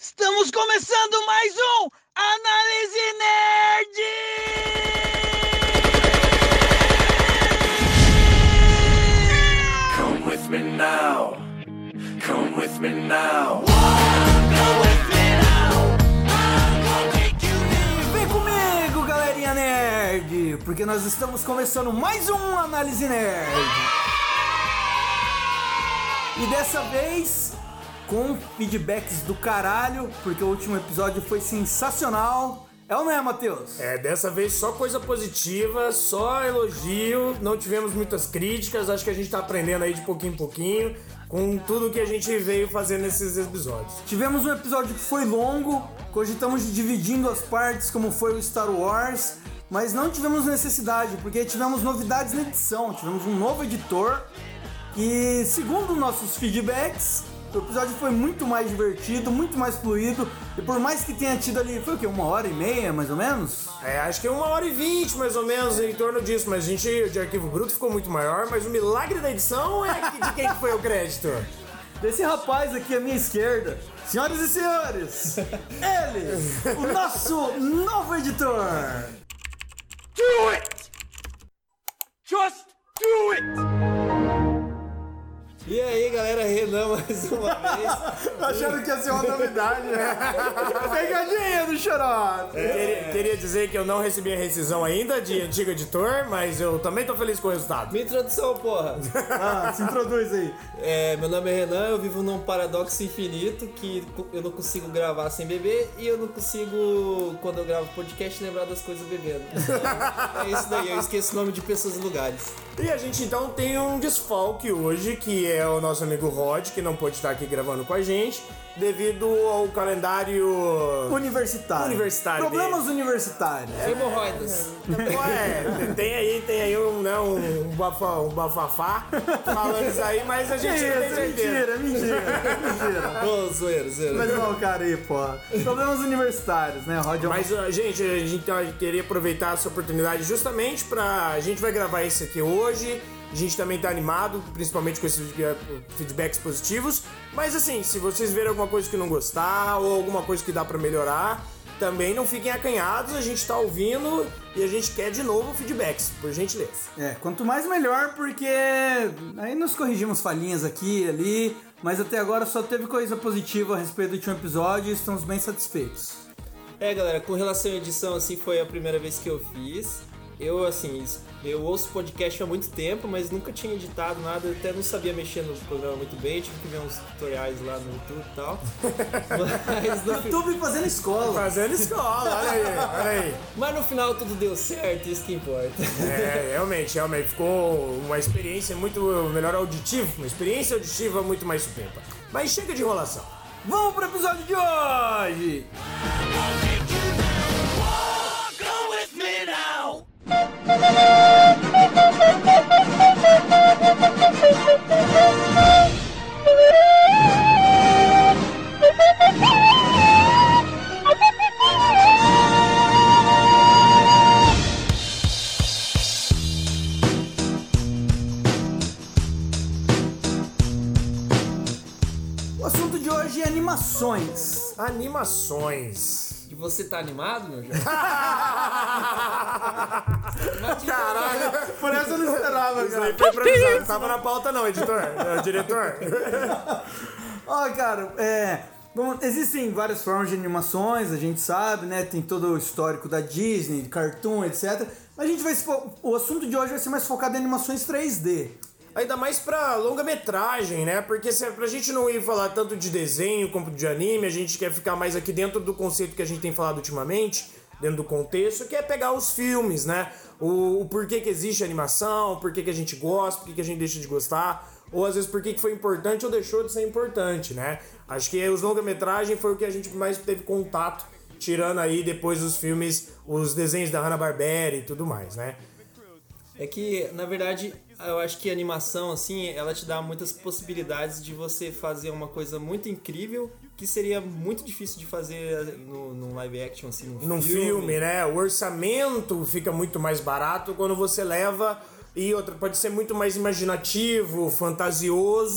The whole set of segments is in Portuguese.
Estamos começando mais um Análise Nerd! Come with me now. Come with me now. Vem comigo, galerinha nerd, porque nós estamos começando mais um Análise Nerd. E dessa vez com feedbacks do caralho, porque o último episódio foi sensacional. É ou não é, Matheus? Dessa vez só coisa positiva, só elogio, não tivemos muitas críticas, acho que a gente tá aprendendo aí de pouquinho em pouquinho com tudo que a gente veio fazer nesses episódios. Tivemos um episódio que foi longo, cogitamos de dividindo as partes como foi o Star Wars, mas não tivemos necessidade, porque tivemos novidades na edição, tivemos um novo editor e, segundo nossos feedbacks, o episódio foi muito mais divertido, muito mais fluido. E por mais que tenha tido ali, foi o quê? 1h30, mais ou menos? Acho que 1h20, mais ou menos, em torno disso. Mas a gente, de arquivo bruto, ficou muito maior. Mas o milagre da edição é de quem que foi o crédito? Desse rapaz aqui à minha esquerda. Senhoras e senhores, ele, o nosso novo editor. Do it! Just do it! E aí, galera, Renan mais uma vez. Achando que ia ser uma novidade, né? Pegadinha do Xarope. Queria dizer que eu não recebi a rescisão ainda de antigo editor, mas eu também tô feliz com o resultado. Minha introdução, porra. Se introduz aí. Meu nome é Renan, eu vivo num paradoxo infinito que eu não consigo gravar sem beber e eu não consigo, quando eu gravo podcast, lembrar das coisas bebendo. Então, é isso daí, eu esqueço o nome de pessoas e lugares. E a gente então tem um desfalque hoje, que é o nosso amigo Rod, que não pôde estar aqui gravando com a gente, devido ao calendário Universitário. Problemas dele. Universitários. Hemorroidas. Tem aí um bafafá falando isso aí, mas a gente não tem certeza. Mentira. Ô, zoeira. Mas não, cara aí, pô. Problemas universitários, né, Rod? Mas, gente, a gente queria aproveitar essa oportunidade justamente pra... A gente vai gravar esse aqui hoje. A gente também tá animado, principalmente com esses feedbacks positivos. Mas assim, se vocês verem alguma coisa que não gostar ou alguma coisa que dá pra melhorar, também não fiquem acanhados, a gente tá ouvindo e a gente quer de novo feedbacks, por gentileza. Quanto mais melhor, porque aí nós corrigimos falhinhas aqui e ali, mas até agora só teve coisa positiva a respeito do último episódio e estamos bem satisfeitos. Galera, com relação à edição, assim, foi a primeira vez que eu fiz. Eu ouço podcast há muito tempo, mas nunca tinha editado nada, eu até não sabia mexer no programa muito bem, tive que ver uns tutoriais lá no YouTube e tal. Mas YouTube fazendo escola. Olha aí. Mas no final tudo deu certo, isso que importa. Realmente, ficou uma experiência muito melhor auditiva, uma experiência auditiva muito mais supimpa. Mas chega de enrolação. Vamos pro episódio de hoje! O assunto de hoje é animações. E você tá animado, meu jovem? Caralho! Por essa eu não esperava, Isso aí foi improvisado, não tava na pauta não, diretor. Cara, bom, existem várias formas de animações, a gente sabe, né? Tem todo o histórico da Disney, de cartoon, etc. Mas a gente o assunto de hoje vai ser mais focado em animações 3D. Ainda mais pra longa-metragem, né? Porque pra gente não ir falar tanto de desenho como de anime, a gente quer ficar mais aqui dentro do conceito que a gente tem falado ultimamente, dentro do contexto, que é pegar os filmes, né? O porquê que existe animação, o porquê que a gente gosta, porquê que a gente deixa de gostar, ou às vezes porquê que foi importante ou deixou de ser importante, né? Acho que os longa-metragem foi o que a gente mais teve contato, tirando aí depois os filmes, os desenhos da Hanna-Barbera e tudo mais, né? É que, na verdade, eu acho que a animação, assim, ela te dá muitas possibilidades de você fazer uma coisa muito incrível que seria muito difícil de fazer num live action, assim, num filme, né? O orçamento fica muito mais barato quando você leva... E outra, pode ser muito mais imaginativo, fantasioso,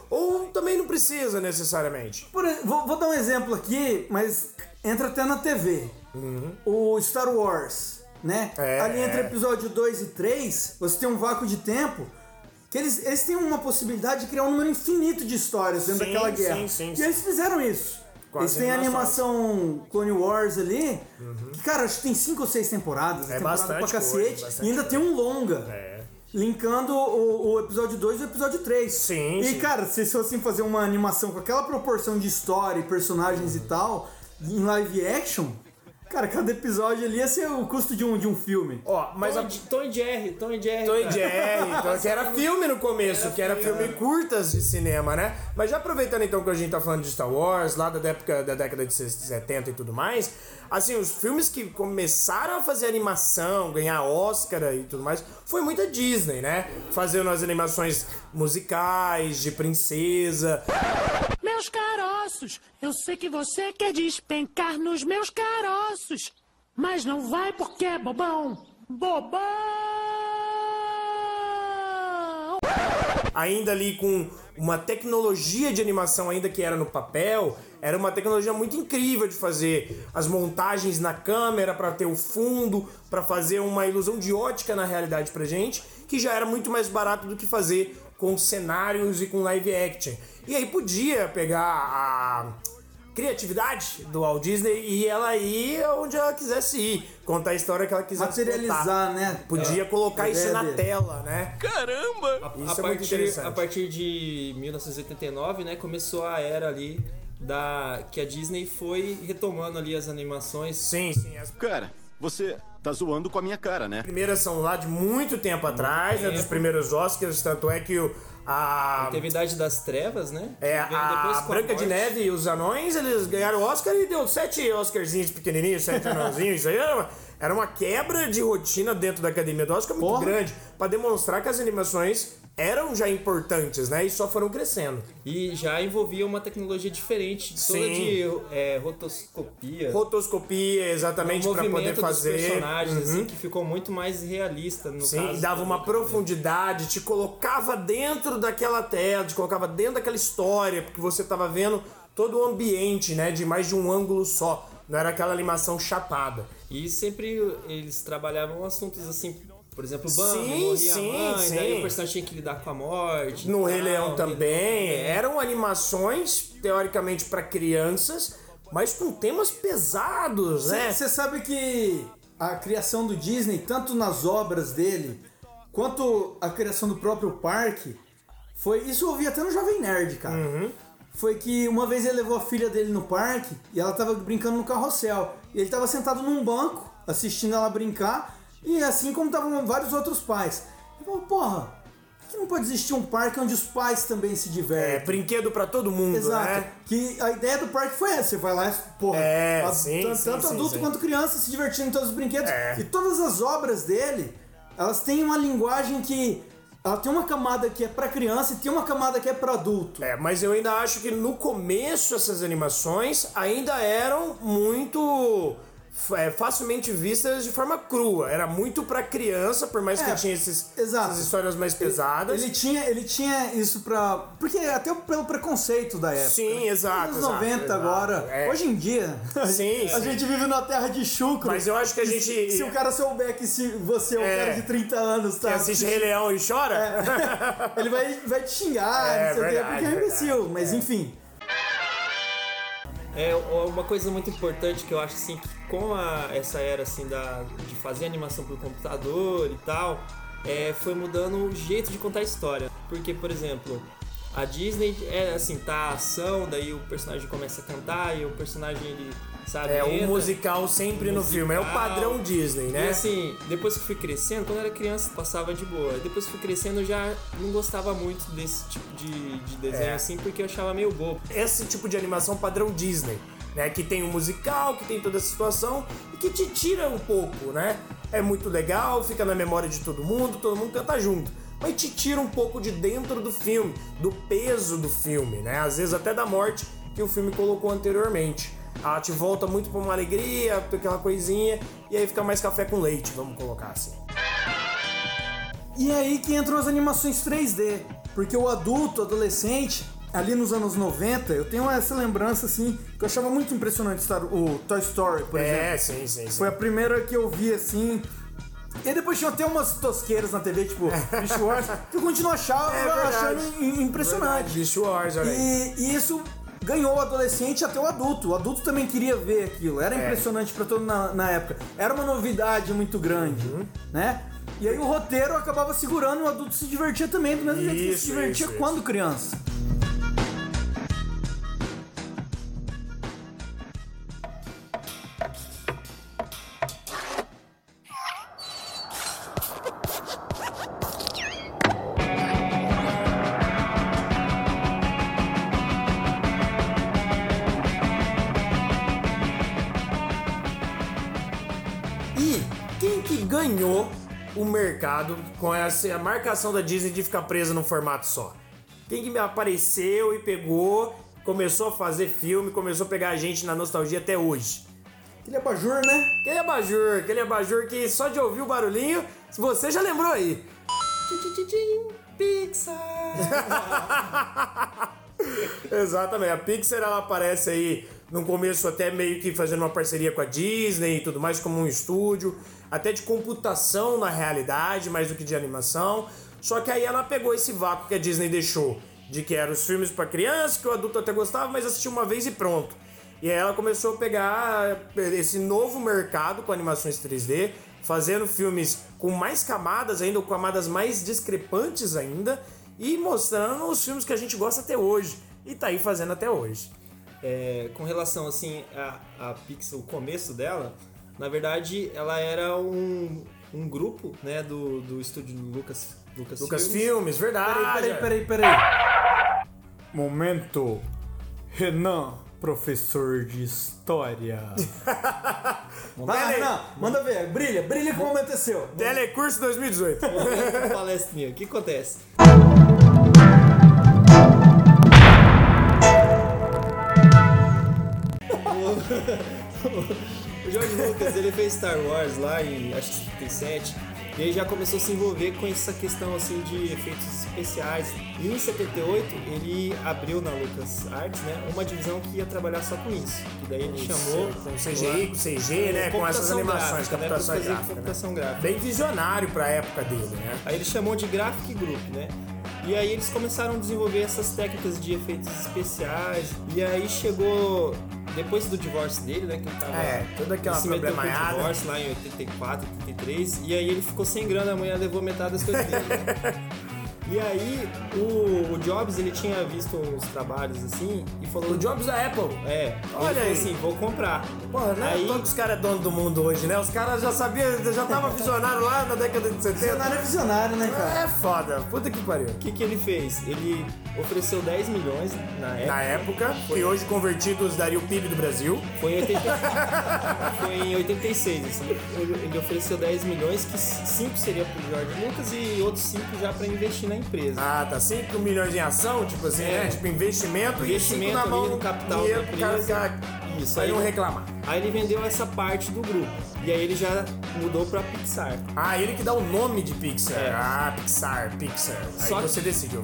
Ou também não precisa necessariamente. Vou dar um exemplo aqui, mas entra até na TV. O Star Wars, né? Ali entre episódio 2 e 3, você tem um vácuo de tempo que eles têm uma possibilidade de criar um número infinito de histórias dentro daquela guerra. Sim. E eles fizeram isso. Eles têm a animação Clone Wars ali, que, cara, acho que tem 5 ou 6 temporadas. É temporada bastante pra cacete. coisa, E ainda tem um longa. Linkando o episódio 2 e o episódio 3. Sim. Cara, se fossem fazer uma animação com aquela proporção de história e personagens e tal, em live action, cara, cada episódio ali ia ser o custo de um filme. Ó, mas Tom e Jerry. Tom e Jerry, então, que era filme no começo, que era filme curtas de cinema, né? Mas já aproveitando então que a gente tá falando de Star Wars, lá da década de 70 e tudo mais, assim, os filmes que começaram a fazer animação, ganhar Oscar e tudo mais, foi muita Disney, né? Fazendo as animações musicais, de princesa. Meus caroços, eu sei que você quer despencar nos meus caroços, mas não vai porque é bobão. Bobão! Ainda ali com uma tecnologia de animação ainda que era no papel, era uma tecnologia muito incrível de fazer as montagens na câmera para ter o fundo, para fazer uma ilusão de ótica na realidade pra gente, que já era muito mais barato do que fazer com cenários e com live action. E aí podia pegar a criatividade do Walt Disney e ela ir onde ela quisesse ir, contar a história que ela quisesse materializar, contar. Né? Podia colocar isso na tela, né? Caramba! Isso é muito interessante. A partir de 1989, né, começou a era ali que a Disney foi retomando ali as animações. Sim. Cara, você tá zoando com a minha cara, né? As primeiras são lá de muito tempo atrás, né, dos primeiros Oscars, tanto é que teve Idade das Trevas, né? A Branca de Neve e os Anões, eles ganharam o Oscar e deu 7 Oscarzinhos pequenininhos, 7 anãozinhos. Isso aí era uma quebra de rotina dentro da Academia do Oscar muito grande, pra demonstrar que as animações eram já importantes, né? E só foram crescendo. E já envolvia uma tecnologia diferente, toda de rotoscopia. Rotoscopia, exatamente, para poder fazer. Dos personagens, assim, que ficou muito mais realista no caso. Sim, dava uma profundidade, te colocava dentro daquela tela, te colocava dentro daquela história, porque você estava vendo todo o ambiente, né? De mais de um ângulo só. Não era aquela animação chapada. E sempre eles trabalhavam assuntos assim. Por exemplo, o Bambi morria a mãe, daí o personagem tinha que lidar com a morte. No Rei Leão também. Eram animações, teoricamente, para crianças, mas com temas pesados, né? Você sabe que a criação do Disney, tanto nas obras dele, quanto a criação do próprio parque, isso eu ouvi até no Jovem Nerd, cara. Foi que uma vez ele levou a filha dele no parque e ela tava brincando no carrossel. E ele tava sentado num banco, assistindo ela brincar. E assim como estavam vários outros pais. Ele falou, porra, por que não pode existir um parque onde os pais também se divertem? Brinquedo pra todo mundo, exato, né? Que a ideia do parque foi essa, você vai lá e, porra, tanto adulto quanto criança se divertindo em todos os brinquedos. E todas as obras dele, elas têm uma linguagem que... Ela tem uma camada que é pra criança e tem uma camada que é pra adulto. Mas eu ainda acho que no começo essas animações ainda eram muito... facilmente vistas de forma crua. Era muito pra criança, por mais que tinha essas histórias mais pesadas. Ele tinha isso pra... Porque até pelo preconceito da época. Sim, exato. Nos 90 agora. Hoje em dia, a gente vive numa terra de chucro. Mas eu acho que a gente... Se o cara souber que se você é um cara de 30 anos, tá? Que assiste Rei Leão e chora? Ele vai te xingar, não sei o quê, porque é um imbecil. Mas enfim... Uma coisa muito importante que eu acho assim, que com essa era assim de fazer animação pro computador e tal, foi mudando o jeito de contar a história. Porque, por exemplo, a Disney tá a ação, daí o personagem começa a cantar e o personagem ele sabe. O musical sempre no filme, é o padrão Disney, né? E assim, depois que fui crescendo, quando eu era criança passava de boa. Depois que fui crescendo eu já não gostava muito desse tipo de desenho assim, porque eu achava meio bobo. Esse tipo de animação padrão Disney, né? Que tem o musical, que tem toda essa situação e que te tira um pouco, né? É muito legal, fica na memória de todo mundo canta junto. Mas te tira um pouco de dentro do filme, do peso do filme, né? Às vezes até da morte que o filme colocou anteriormente. Ela te volta muito pra uma alegria, pra aquela coisinha, e aí fica mais café com leite, vamos colocar assim. E é aí que entram as animações 3D, porque o adulto, adolescente, ali nos anos 90, eu tenho essa lembrança, assim, que eu achava muito impressionante o Toy Story, por exemplo. Sim. Foi a primeira que eu vi, assim. E depois tinha até umas tosqueiras na TV, tipo Beast Wars, que eu continuo achando impressionante. Beast Wars, olha aí. E isso ganhou o adolescente até o adulto. O adulto também queria ver aquilo. Era impressionante pra todo na época. Era uma novidade muito grande, né? E aí o roteiro acabava segurando e o adulto se divertia também, do mesmo jeito que ele se divertia quando criança. E quem que ganhou o mercado com essa marcação da Disney de ficar presa num formato só? Quem que me apareceu e pegou, começou a fazer filme, começou a pegar a gente na nostalgia até hoje? Aquele abajur, né? Aquele abajur que só de ouvir o barulhinho, você já lembrou aí. Pixar! Exatamente, a Pixar ela aparece aí no começo até meio que fazendo uma parceria com a Disney e tudo mais, como um estúdio, até de computação na realidade, mais do que de animação. Só que aí ela pegou esse vácuo que a Disney deixou, de que eram os filmes para criança, que o adulto até gostava, mas assistia uma vez e pronto. E aí ela começou a pegar esse novo mercado com animações 3D, fazendo filmes com mais camadas ainda, ou camadas mais discrepantes ainda, e mostrando os filmes que a gente gosta até hoje. E tá aí fazendo até hoje. Com relação assim a Pixar, o começo dela, na verdade ela era um grupo, né, do estúdio Lucasfilmes, verdade. Peraí. Momento, Renan, professor de história. Vai, Renan, manda ver, brilha que o momento é seu. Telecurso 2018. Palestrinha, o que acontece? O George Lucas, ele fez Star Wars lá em, acho que 77, e aí já começou a se envolver com essa questão assim de efeitos especiais. E em 78 ele abriu na LucasArts, né, uma divisão que ia trabalhar só com isso. Que daí ele chamou com CGI, com CG, né, com essas animações, gráfica, computação né, gráfica. computação gráfica. Bem visionário pra época dele, né? Aí ele chamou de Graphic Group, né? E aí eles começaram a desenvolver essas técnicas de efeitos especiais. E aí chegou, depois do divórcio dele, né? Que ele tava toda aquela se meteu com o problemaiada. divórcio lá em 84, 83. E aí ele ficou sem grana, a mulher levou metade das coisas dele. E aí o Jobs, ele tinha visto uns trabalhos assim e falou... O Jobs da Apple. Olha ele aí. falou assim, vou comprar. Porra, não é todos os caras donos do mundo hoje, né? Os caras já sabiam, já tava visionário lá na década de 70. Visionário é visionário, né, cara? É foda, puta que pariu. O que ele fez? Ele ofereceu 10 milhões Na época, que hoje convertidos daria o PIB do Brasil. Foi em 86, assim. Ele ofereceu 10 milhões, que 5 seria pro George Lucas e outros 5 já pra investir na empresa. Ah, tá. 5 milhões em ação, tipo assim, né? Tipo investimento e 5 na mão no capital dinheiro da pro cara empresa. ficar... Isso, aí não reclamar. Aí ele vendeu essa parte do grupo. E aí ele já mudou pra Pixar. Ah, ele que dá o nome de Pixar. É. Pixar. Aí Só que- você decidiu.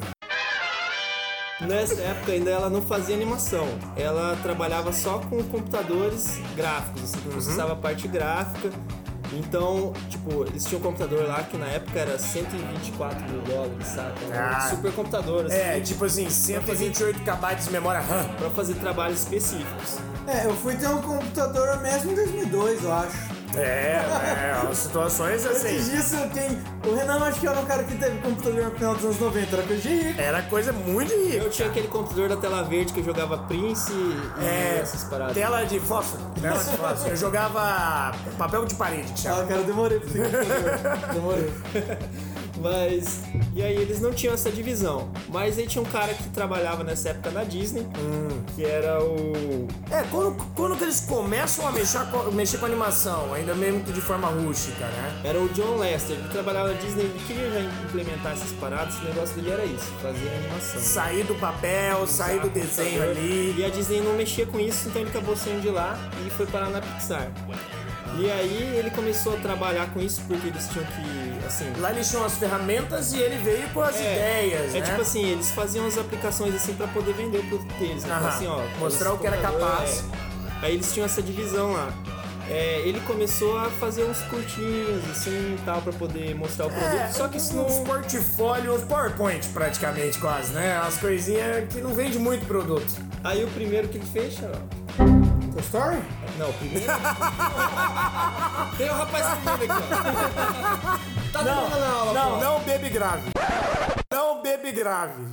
Nessa época ainda ela não fazia animação. Ela trabalhava só com computadores gráficos, assim, processava a parte gráfica. Então, tipo, eles tinham um computador lá que na época era $124 mil, saca? Era um super computador, assim. Tipo assim, 128 KB de memória RAM. Pra fazer trabalhos específicos. Eu fui ter um computador mesmo em 2002, eu acho. As situações assim. Antes disso, o Renan acho que era um cara que teve computador no final dos anos 90, era coisa de rico. Era coisa muito rica. Eu tinha aquele computador da tela verde que eu jogava Prince e essas paradas. Tela de fósforo. Eu jogava papel de parede, que chama. Cara, eu demorei pra ter computador. Demorei. Mas... E aí eles não tinham essa divisão. Mas aí tinha um cara que trabalhava nessa época na Disney, que era o... Quando que eles começam a mexer com animação, ainda mesmo que de forma rústica, né? Era o John Lester, ele trabalhava na Disney, ele queria já implementar essas paradas, o negócio dele era isso, fazer animação. Sair do papel, sair do desenho ali. E a Disney não mexia com isso, então ele acabou saindo de lá e foi parar na Pixar. E aí ele começou a trabalhar com isso porque eles tinham que assim. Lá eles tinham as ferramentas e ele veio com as ideias, né? Tipo assim, eles faziam as aplicações assim pra poder vender o produto deles. Então, assim, ó, mostrar o que era capaz. Aí eles tinham essa divisão lá. Ele começou a fazer uns curtinhos, assim, tal, pra poder mostrar o produto. Só que isso não... Uns portfólios, uns PowerPoint praticamente quase, né? Umas coisinhas que não vende muito produto. Aí o primeiro que ele fez, Xarope? Toy Story? Não, o primeiro... Tem o rapaz primeiro aqui, ó. Tá dando na aula, Não bebe grave. Não bebe grave.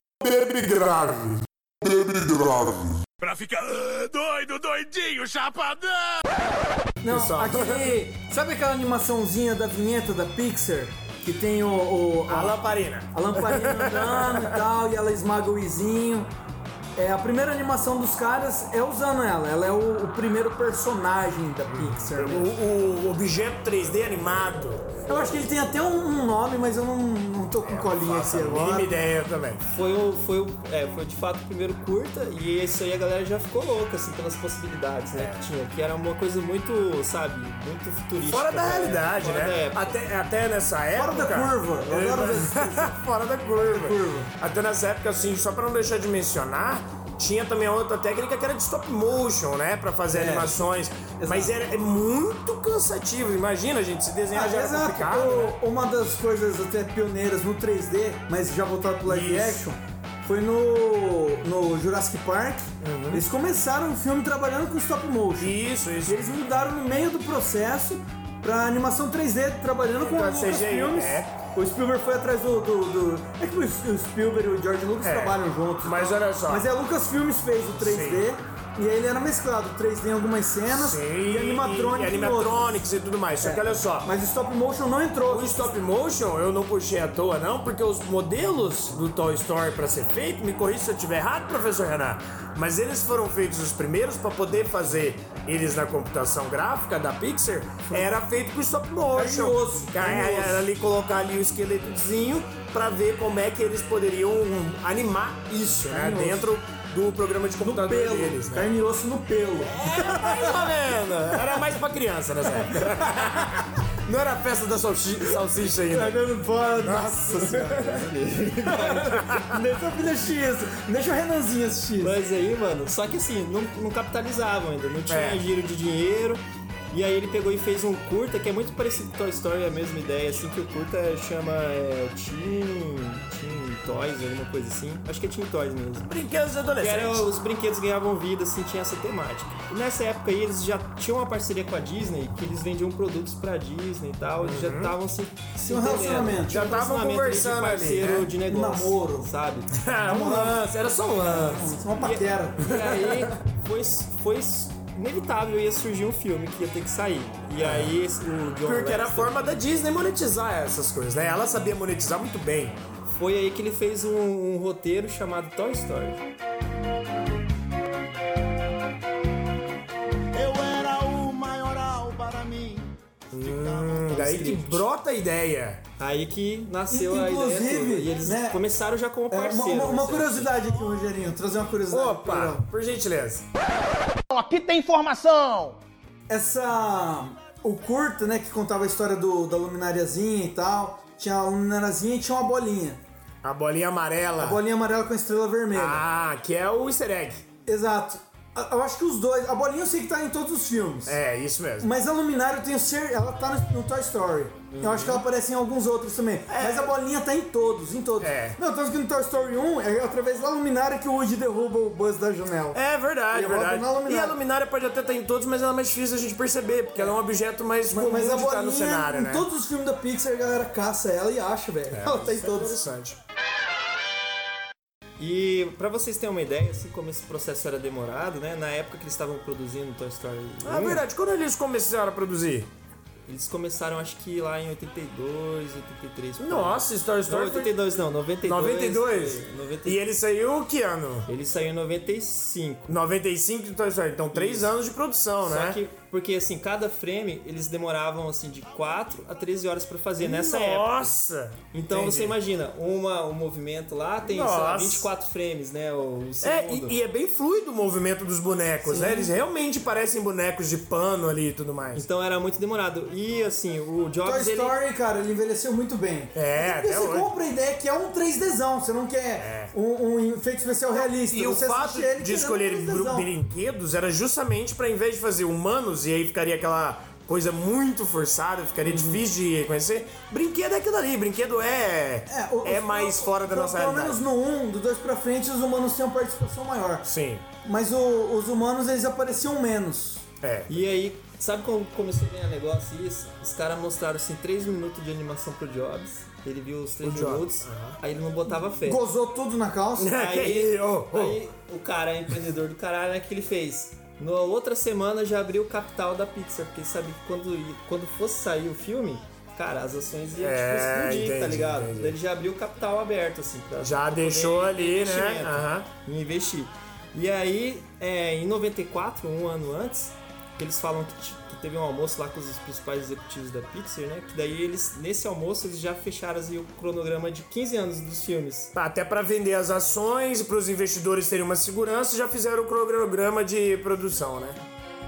Pra ficar doido, doidinho, chapadão! Não, Pessoal. aquele... Sabe aquela animaçãozinha da vinheta da Pixar? Que tem A lamparina. a lamparina andando e tal, e ela esmaga o izinho. A primeira animação dos caras é usando ela. Ela é o primeiro personagem da Pixar. O objeto 3D animado. Eu acho que ele tem até um nome, mas eu não tô com colinha aqui Mínima agora. ideia também. Foi de fato o primeiro curta, e isso aí a galera já ficou louca, assim, pelas possibilidades, né, que tinha. Que era uma coisa muito, sabe, muito futurística. Fora da realidade, fora da né? época. Até nessa época... Fora da curva. Eu adoro ver Fora da curva. Até nessa época, assim, só pra não deixar de mencionar, tinha também a outra técnica que era de stop motion, né? Pra fazer animações. Mas é muito cansativo. Imagina, gente, se desenhar já era complicado. Né? Uma das coisas até pioneiras no 3D, mas já voltado pro live action, foi no Jurassic Park. Eles começaram o filme trabalhando com stop motion. Isso. E eles mudaram no meio do processo pra animação 3D, trabalhando com os filmes. O Spielberg foi atrás do... É que o Spielberg e o George Lucas trabalham juntos. Mas olha só. Mas a Lucasfilmes fez o 3D. E aí ele era mesclado, 3D em algumas cenas e animatronics e animatronics e tudo mais. Só que olha só. Mas o stop motion não entrou. O stop motion eu não puxei à toa não, porque os modelos do Toy Story pra ser feito, me corrija se eu estiver errado, professor Renan, mas eles foram feitos os primeiros pra poder fazer eles na computação gráfica da Pixar, era feito com stop motion. Era ali colocar ali o esqueletozinho pra ver como é que eles poderiam animar isso, né, dentro do programa de computador deles, né? Carne e osso no pelo. Mais ou menos. Era mais pra criança nessa época. Não era a festa da salsicha ainda. Cagando fora. Nossa senhora. Deixa a filha X. Deixa o Renanzinho assistir. Mas aí, mano, só que assim, não capitalizavam ainda, não tinha giro de dinheiro. E aí ele pegou e fez um curta que é muito parecido com Toy Story, a mesma ideia, assim, que o curta chama Teen Toys, alguma coisa assim. Acho que é Teen Toys mesmo. Brinquedos Que adolescentes. era, os brinquedos ganhavam vida, assim, tinha essa temática. E nessa época aí eles já tinham uma parceria com a Disney, que eles vendiam produtos pra Disney e tal, eles já estavam se um relacionamento. Já estavam conversando de parceiro ali, né? de negócio, namoro. sabe? Um lance, era só um lance. Uma paquera. E aí foi inevitável ia surgir um filme que ia ter que sair. E aí o John Porque era a Lasseter, forma da Disney monetizar essas coisas, né? Ela sabia monetizar muito bem. foi aí que ele fez um roteiro chamado Toy Story. Eu era o maioral para mim. Daí que brota a ideia. Aí que nasceu a ideia Inclusive, toda. E eles né, começaram já como parceiro. Uma curiosidade aqui, Rogerinho. Trazer uma curiosidade. Opa, por gentileza. Aqui tem informação. O curto, né, que contava a história da luminariazinha e tal. Tinha a luminariazinha e tinha uma bolinha. A bolinha amarela. A bolinha amarela com a estrela vermelha. Ah, que é o easter egg. Exato. Eu acho que os dois... A bolinha eu sei que tá em todos os filmes. É, isso mesmo. Mas a luminária eu tenho certeza... Ela tá no Toy Story. Eu acho que ela aparece em alguns outros também. Mas a bolinha tá em todos, É. Não, tanto que no Toy Story 1 é através da luminária que o Woody derruba o Buzz da janela. É verdade, E roda verdade. na luminária. E a luminária pode até estar em todos, mas ela é mais difícil a gente perceber, porque ela é um objeto mais comum Mas de a estar bolinha, no cenário, em né? todos os filmes da Pixar, a galera caça ela e acha, velho. Ela tá em Isso é todos. interessante. E pra vocês terem uma ideia, assim como esse processo era demorado, né? Na época que eles estavam produzindo Toy Story 1, Ah, verdade. Quando eles começaram a produzir? eles começaram acho que lá em 82, 83. Nossa, Toy Story Não, 82 não, 92. 92? foi, 92. E ele saiu que ano? Ele saiu em 95. 95 de Toy Story. Então, 3 anos de produção, né? Só que porque assim, cada frame eles demoravam assim de 4 a 13 horas pra fazer nessa época. Nossa! Então Entendi. você imagina, um movimento lá tem, sei lá, 24 frames, né? O segundo. E é bem fluido o movimento dos bonecos, né? Eles realmente parecem bonecos de pano ali e tudo mais. Então era muito demorado. E assim, o Jobs, Toy Story, cara, ele envelheceu muito bem. Até Porque você hoje. compra a ideia que é um 3Dzão, você não quer um efeito especial realista. E o você fato assiste ele de querendo escolher um 3Dzão. brinquedos era justamente pra, em vez de fazer humanos, e aí ficaria aquela coisa muito forçada, ficaria difícil de reconhecer, brinquedo é aquilo ali, brinquedo é mais fora da nossa Pelo realidade. menos no 1, do 2 pra frente, os humanos têm uma participação maior. Sim, Mas os humanos, eles apareciam menos. E aí, sabe como começou a ganhar negócio isso? Os caras mostraram assim 3 minutos de animação pro Jobs. Ele viu os 3 minutos, aí ele não botava fé. Gozou tudo na calça. Aí o cara, empreendedor do caralho, né, que ele fez? Na outra semana já abriu o capital da Pixar, porque ele sabia que quando fosse sair o filme, cara, as ações iam explodir, entendi, tá ligado? entendi. Daí ele já abriu o capital aberto, assim. Já pra deixou poder ali, né? investimento, Aham. em investir. E aí, em 94, um ano antes, eles falam que teve um almoço lá com os principais executivos da Pixar, né? Que daí eles, nesse almoço, eles já fecharam assim, o cronograma de 15 anos dos filmes. Até pra vender as ações, para os investidores terem uma segurança, já fizeram o cronograma de produção, né?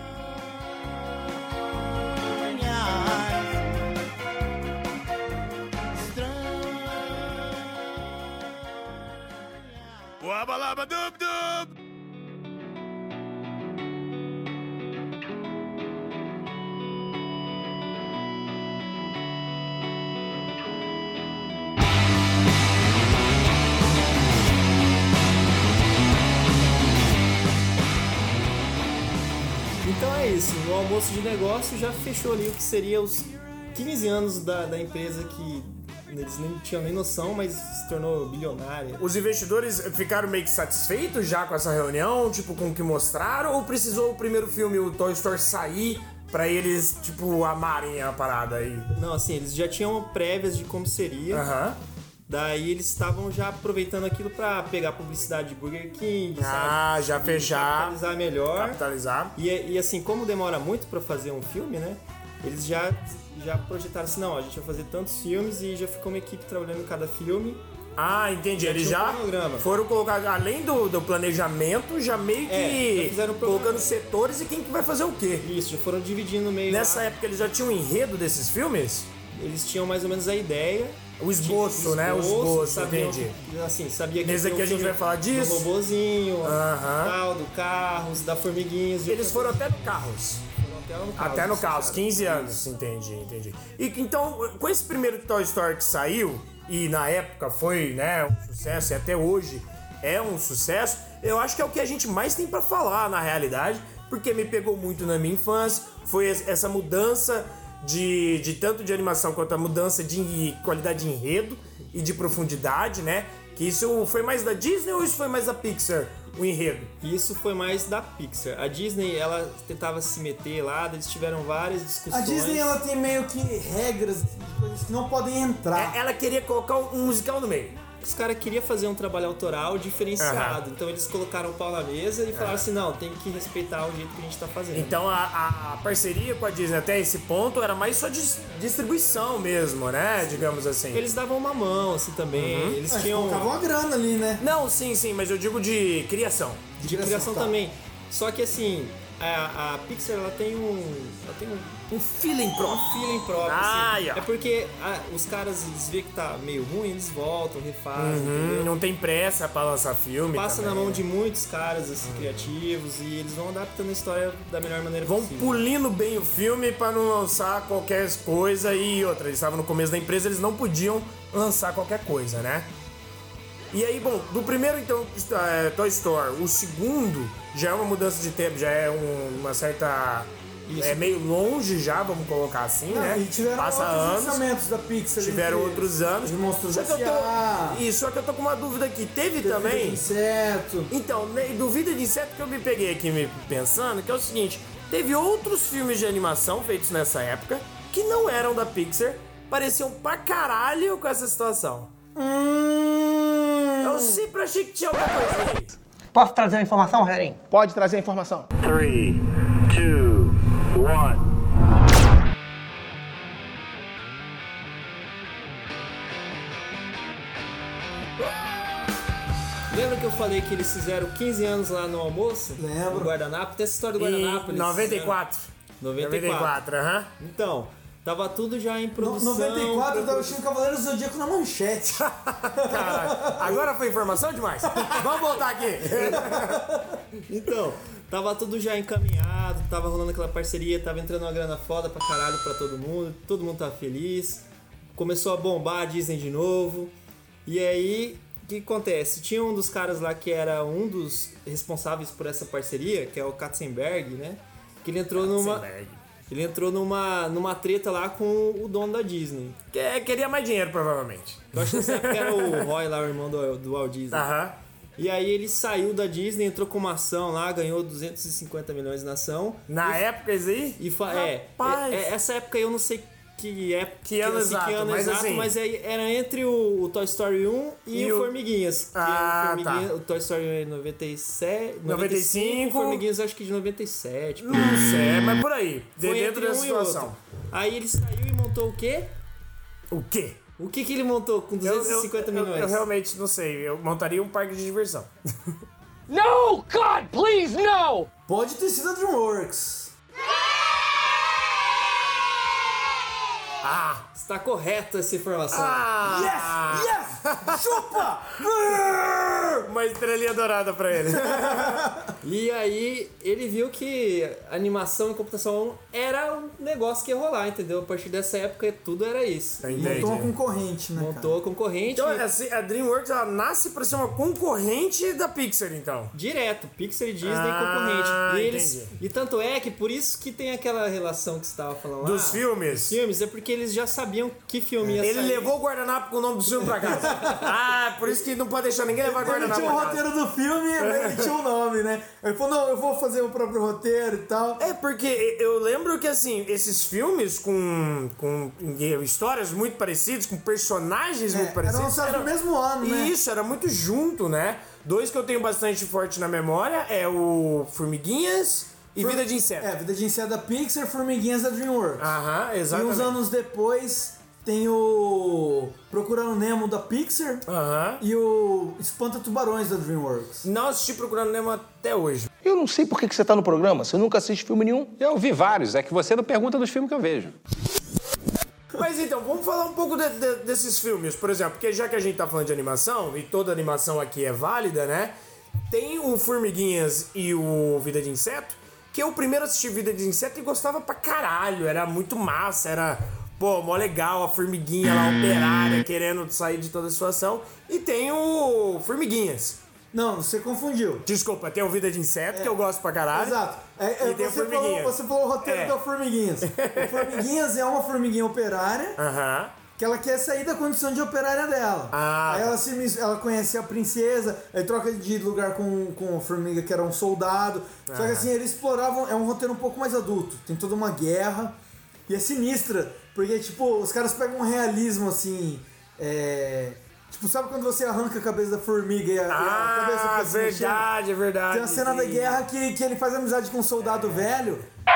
Então é isso, no almoço de negócio já fechou ali o que seria os 15 anos da empresa que eles nem tinham nem noção, mas se tornou bilionária. Os investidores ficaram meio que satisfeitos já com essa reunião, tipo, com o que mostraram, ou precisou o primeiro filme, o Toy Story, sair pra eles, tipo, amarem a parada aí? Não, assim, eles já tinham prévias de como seria. Aham. Daí eles estavam já aproveitando aquilo pra pegar publicidade de Burger King, Ah, sabe? já E fechar. capitalizar melhor. Capitalizar. E assim, como demora muito pra fazer um filme, né? Eles já projetaram assim, não, a gente vai fazer tantos filmes e já ficou uma equipe trabalhando em cada filme. Ah, entendi. Já Eles tinha um já cronograma. foram colocar, além do planejamento, já meio já que fizeram o programa. colocando setores e quem que vai fazer o quê. Isso, já foram dividindo meio. Nessa lá. época eles já tinham um enredo desses filmes? Eles tinham mais ou menos a ideia. O esboço, né? O esboço, sabiam, entendi. Assim, sabia que Nesse tinha aqui a gente filme vai falar disso? Do robozinho, Aham. tal, do Carros, da Formiguinhas. de Eles outras foram coisas. até no Carros. Até no Até no Carros, 15 anos. Entendi. E então, com esse primeiro Toy Story que saiu, e na época foi, né, um sucesso, e até hoje é um sucesso, eu acho que é o que a gente mais tem pra falar na realidade, porque me pegou muito na minha infância, foi essa mudança de tanto de animação quanto a mudança de qualidade de enredo e de profundidade, né? Que isso foi mais da Disney ou isso foi mais da Pixar, o enredo? Isso foi mais da Pixar. A Disney, ela tentava se meter lá, eles tiveram várias discussões. A Disney, ela tem meio que regras de coisas que não podem entrar. Ela queria colocar um musical no meio. Os caras queriam fazer um trabalho autoral diferenciado. Aham. Então eles colocaram o pau na mesa e falaram assim, não, tem que respeitar o jeito que a gente tá fazendo. Então a parceria com a Disney até esse ponto era mais só distribuição mesmo, né? Digamos assim. Eles davam uma mão, assim, também. Eles Mas tinham... colocava uma grana ali, né? Não, sim, mas eu digo de criação. De criação tá. também. Só que assim, a Pixar ela tem um feeling próprio. feeling próprio. Ah, assim. yeah. É porque os caras eles veem que tá meio ruim, eles voltam, refazem, entendeu? Não tem pressa pra lançar filme. Passa também. na mão de muitos caras assim, criativos e eles vão adaptando a história da melhor maneira Vão possível. pulindo bem o filme pra não lançar qualquer coisa e outra. Eles estavam no começo da empresa, eles não podiam lançar qualquer coisa, né? E aí, bom, do primeiro, então, Toy Story, o segundo já é uma mudança de tempo, já é uma certa... Isso. É meio longe já, vamos colocar assim, Não, né? e tiveram Passa outros anos, lançamentos da Pixar. tiveram entre outros anos. Os Monstros Só que eu S.A., tô, só que eu tô com uma dúvida aqui. Teve Vida de também... Inseto. Então, do Vida de Inseto que eu me peguei aqui me pensando, que é o seguinte, teve outros filmes de animação feitos nessa época que não eram da Pixar, pareciam pra caralho com essa situação. Eu sempre achei que tinha alguma coisa aí. Posso trazer uma informação, Rogerinho? Pode trazer a informação. 3, 2, 1. falei que eles fizeram 15 anos lá no almoço? Lembro. No guardanapo. Tem essa história do guardanapo. Em 94. 94, aham. Então, tava tudo já em produção. 94 eu tava assistindo Cavaleiros do Zodíaco na manchete. Caralho, agora foi informação demais. Vamos voltar aqui. Então, tava tudo já encaminhado, tava rolando aquela parceria, tava entrando uma grana foda pra caralho pra todo mundo tava feliz. Começou a bombar a Disney de novo. E aí, o que acontece? Tinha um dos caras lá que era um dos responsáveis por essa parceria, que é o Katzenberg, né? Que ele entrou numa treta lá com o dono da Disney. Queria mais dinheiro, provavelmente. Eu acho que nessa época era o Roy lá, o irmão do Walt Disney. Aham. E aí ele saiu da Disney, entrou com uma ação lá, ganhou 250 milhões na ação. Na época, isso aí? Essa época eu não sei que ano exato, mas era entre o Toy Story 1 e o Formiguinhas. Tá. O Toy Story é 95, 95, o Formiguinhas acho que de 97. Não sei, mas por aí, dentro dessa situação. Aí ele saiu e montou o quê? O quê? O que ele montou com 250 milhões? Eu realmente não sei, eu montaria um parque de diversão. No, God, please, no! Pode ter sido a DreamWorks. Está correta essa informação. Yes! Chupa! Uma estrelinha dourada pra ele. E aí ele viu que animação e computação era um negócio que ia rolar, entendeu? A partir dessa época tudo era isso. Montou uma concorrente, né, Montou a concorrente. Então, assim, a DreamWorks, ela nasce pra ser uma concorrente da Pixar, então. Direto, Pixar e Disney concorrente. Entendi. E tanto é que por isso que tem aquela relação que você estava falando lá. Dos filmes? Dos filmes, é porque eles já sabiam que filme ia sair. Ele levou o guardanapo com o nome do filme pra casa. Por isso que não pode deixar ninguém levar guardanapo Ele tinha pra o casa. roteiro do filme e ele tinha o nome, né? Ele falou, não, eu vou fazer o próprio roteiro e tal. Porque eu lembro que, assim, esses filmes com histórias muito parecidas, com personagens muito parecidos... Eram lançados no mesmo ano, né? Isso, era muito junto, né? Dois que eu tenho bastante forte na memória é o Formiguinhas e Vida de Inseto. Vida de Inseto da Pixar, Formiguinhas da DreamWorks. Aham, E exatamente. uns anos depois tem o Procurando Nemo da Pixar e o Espanta Tubarões da DreamWorks. Não assisti Procurando Nemo até hoje. Eu não sei por que você tá no programa, você nunca assiste filme nenhum. Eu vi vários, é que você não pergunta dos filmes que eu vejo. Mas então, vamos falar um pouco desses filmes, por exemplo, porque já que a gente tá falando de animação, e toda animação aqui é válida, né? Tem o Formiguinhas e o Vida de Inseto, que eu primeiro assisti Vida de Inseto e gostava pra caralho, era muito massa, era... Pô, mó legal, a formiguinha lá, operária, querendo sair de toda a situação. E tem o Formiguinhas. Não, você confundiu. Desculpa, tem o Vida de Inseto, que eu gosto pra caralho. Exato. E tem o Formiguinhas. Você falou o roteiro do Formiguinhas. O Formiguinhas é uma formiguinha operária que ela quer sair da condição de operária dela. Aí ela conhece a princesa, aí troca de lugar com a formiga que era um soldado. Só que assim, eles exploravam... É um roteiro um pouco mais adulto. Tem toda uma guerra. E é sinistra, porque, tipo, os caras pegam um realismo, assim, tipo, sabe quando você arranca a cabeça da formiga e a cabeça fica se verdade, é verdade. Tem uma cena da guerra que ele faz amizade com um soldado velho.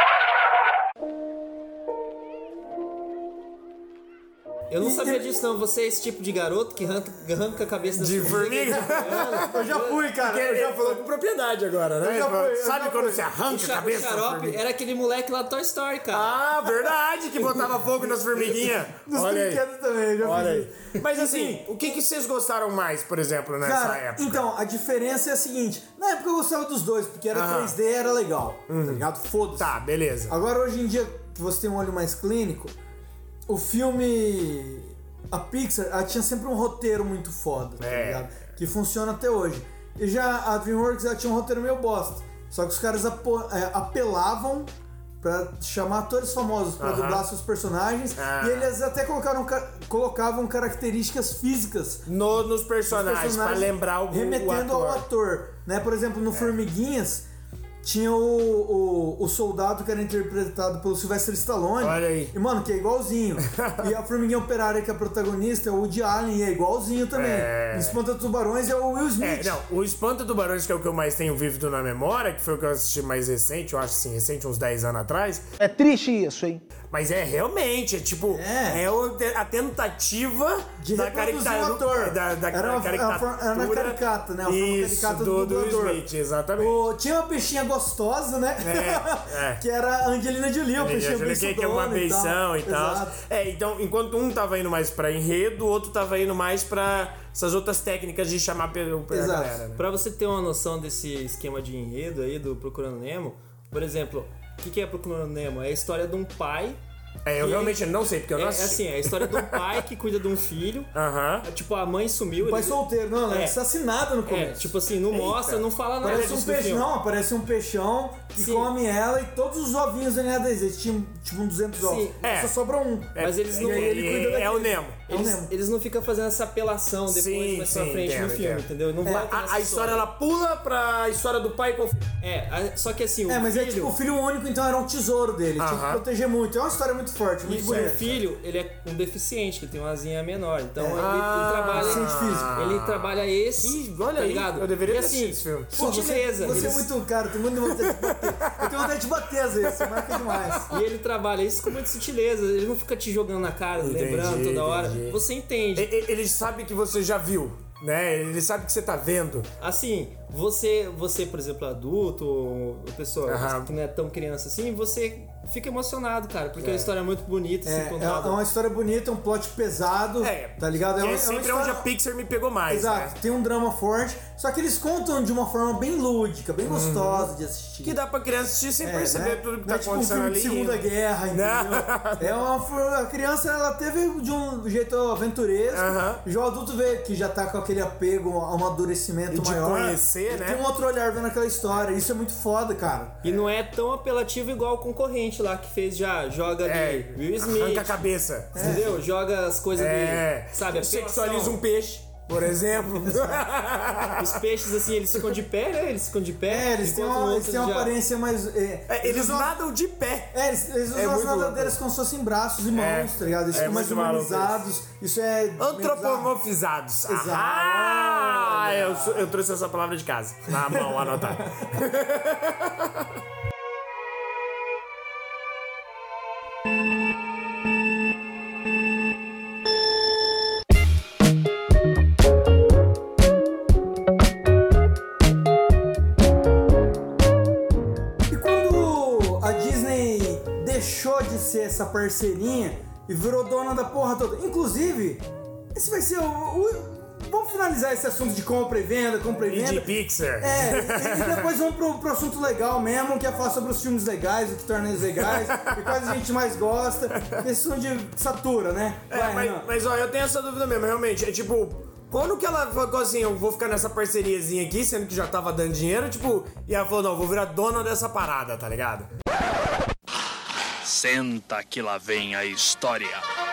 Eu não sabia disso, não. Você é esse tipo de garoto que arranca a cabeça das De formiga? Eu já fui, cara. Ele já falou com propriedade agora, né? Sabe quando você arranca a cabeça da Xarope formiga? era aquele moleque lá do Toy Story, cara. Verdade, que botava fogo nas formiguinhas. Nos Olha aí. brinquedos também, já Olha fiz aí. Mas assim, o que vocês gostaram mais, por exemplo, nessa Cara, época? então, a diferença é a seguinte. Na época eu gostava dos dois, porque era 3D, era legal. Tá ligado? Foda-se. Tá, beleza. Agora, hoje em dia, que você tem um olho mais clínico, o filme... A Pixar, ela tinha sempre um roteiro muito foda, tá ligado? Que funciona até hoje. E já a DreamWorks, ela tinha um roteiro meio bosta. Só que os caras apelavam pra chamar atores famosos pra dublar seus personagens. E eles até colocavam características físicas nos personagens, pra lembrar o remetendo ator. ao ator, né? Por exemplo, no Formiguinhas, tinha o soldado que era interpretado pelo Sylvester Stallone. Olha aí. E, mano, que é igualzinho. E a Formiguinha Operária, que é a protagonista, é o Woody Allen, e é igualzinho também. O Espanta-Tubarões é o Will Smith. Não, o Espanta-Tubarões, que é o que eu mais tenho vívido na memória, que foi o que eu assisti mais recente, eu acho assim, recente, uns 10 anos atrás. É triste isso, hein? Mas realmente, a tentativa de da reproduzir o ator. Era na caricata, né? A forma caricata do dublador. Smith, exatamente. Tinha uma peixinha gostosa, né? Que era a Angelina Jolie, o peixinho beiçudona, que é uma beição e tal. Então, enquanto um tava indo mais pra enredo, o outro tava indo mais pra essas outras técnicas de chamar pela galera. Né? Pra você ter uma noção desse esquema de enredo aí do Procurando Nemo, por exemplo, o que é Procurando Nemo? É a história de um pai. Eu realmente não sei, porque eu não assisti. É assim, é a história de um pai que cuida de um filho. Tipo, a mãe sumiu. O pai solteiro, não, ela é assassinada no começo. Tipo assim, não mostra, não fala nada. Parece um peixão, não, parece um peixão que come ela e todos os ovinhos da deles. Eles tinham tipo uns 200 ovos. Só sobra um. Mas eles não. Ele cuida daquele. É o Nemo. Eles não ficam fazendo essa apelação depois mais pra frente no filme, entendeu? Não vai a história ela pula pra história do pai com o filho. Só que assim, mas é tipo o filho único, então era um tesouro dele. Tinha que proteger muito. É uma história muito forte, muito bonita. O filho, ele é um deficiente, que tem uma asinha menor. Então ele trabalha. Ele trabalha esse. Olha tá aí, ligado? eu deveria ter assim, esse filme. Sutileza. Você é muito caro, tem muita vontade de bater. Eu tenho vontade de bater às vezes, você marca demais. E ele trabalha isso com muita sutileza. Ele não fica te jogando na cara, lembrando toda hora. Você entende. Ele sabe que você já viu, né? Ele sabe que você tá vendo. Assim, você por exemplo, adulto, ou pessoa que não é tão criança assim, você fica emocionado, cara, porque é uma história muito bonita. É uma história bonita, um plot pesado, tá ligado? É sempre onde a Pixar me pegou mais. Exato, tem um drama forte, só que eles contam de uma forma bem lúdica, bem gostosa de assistir. Que dá pra criança assistir sem perceber tudo que tá acontecendo ali. É tipo um filme de Segunda Guerra, entendeu? A criança, ela teve de um jeito aventuresco, já o adulto vê que já tá com aquele apego, um amadurecimento maior. Conhecer, né? Tem um outro olhar vendo aquela história, isso é muito foda, cara. E não é tão apelativo igual o concorrente lá que fez joga ali Will Smith. Arranca a cabeça. Entendeu? Joga as coisas dele. Sabe? Sexualiza um peixe, por exemplo. Os peixes, assim, eles ficam de pé, né? Eles ficam de pé. Eles têm uma aparência mais... eles nadam de pé. Eles usam as nadadeiras como se fossem braços e mãos, tá ligado? Eles ficam mais humanizados. Isso é... Antropomorfizados. Eu trouxe essa palavra de casa. Na mão, anotar. Essa parceirinha e virou dona da porra toda. Inclusive, esse vai ser vamos finalizar esse assunto de compra e venda. E de Pixar. E depois vamos pro assunto legal mesmo, que é falar sobre os filmes legais, o que torna eles legais, e quais a gente mais gosta. Esse assunto de satura, né? Mas ó, eu tenho essa dúvida mesmo, realmente. É tipo, quando que ela falou assim, eu vou ficar nessa parceriazinha aqui, sendo que já tava dando dinheiro, tipo, e ela falou, não, vou virar dona dessa parada, tá ligado? Senta que lá vem a história.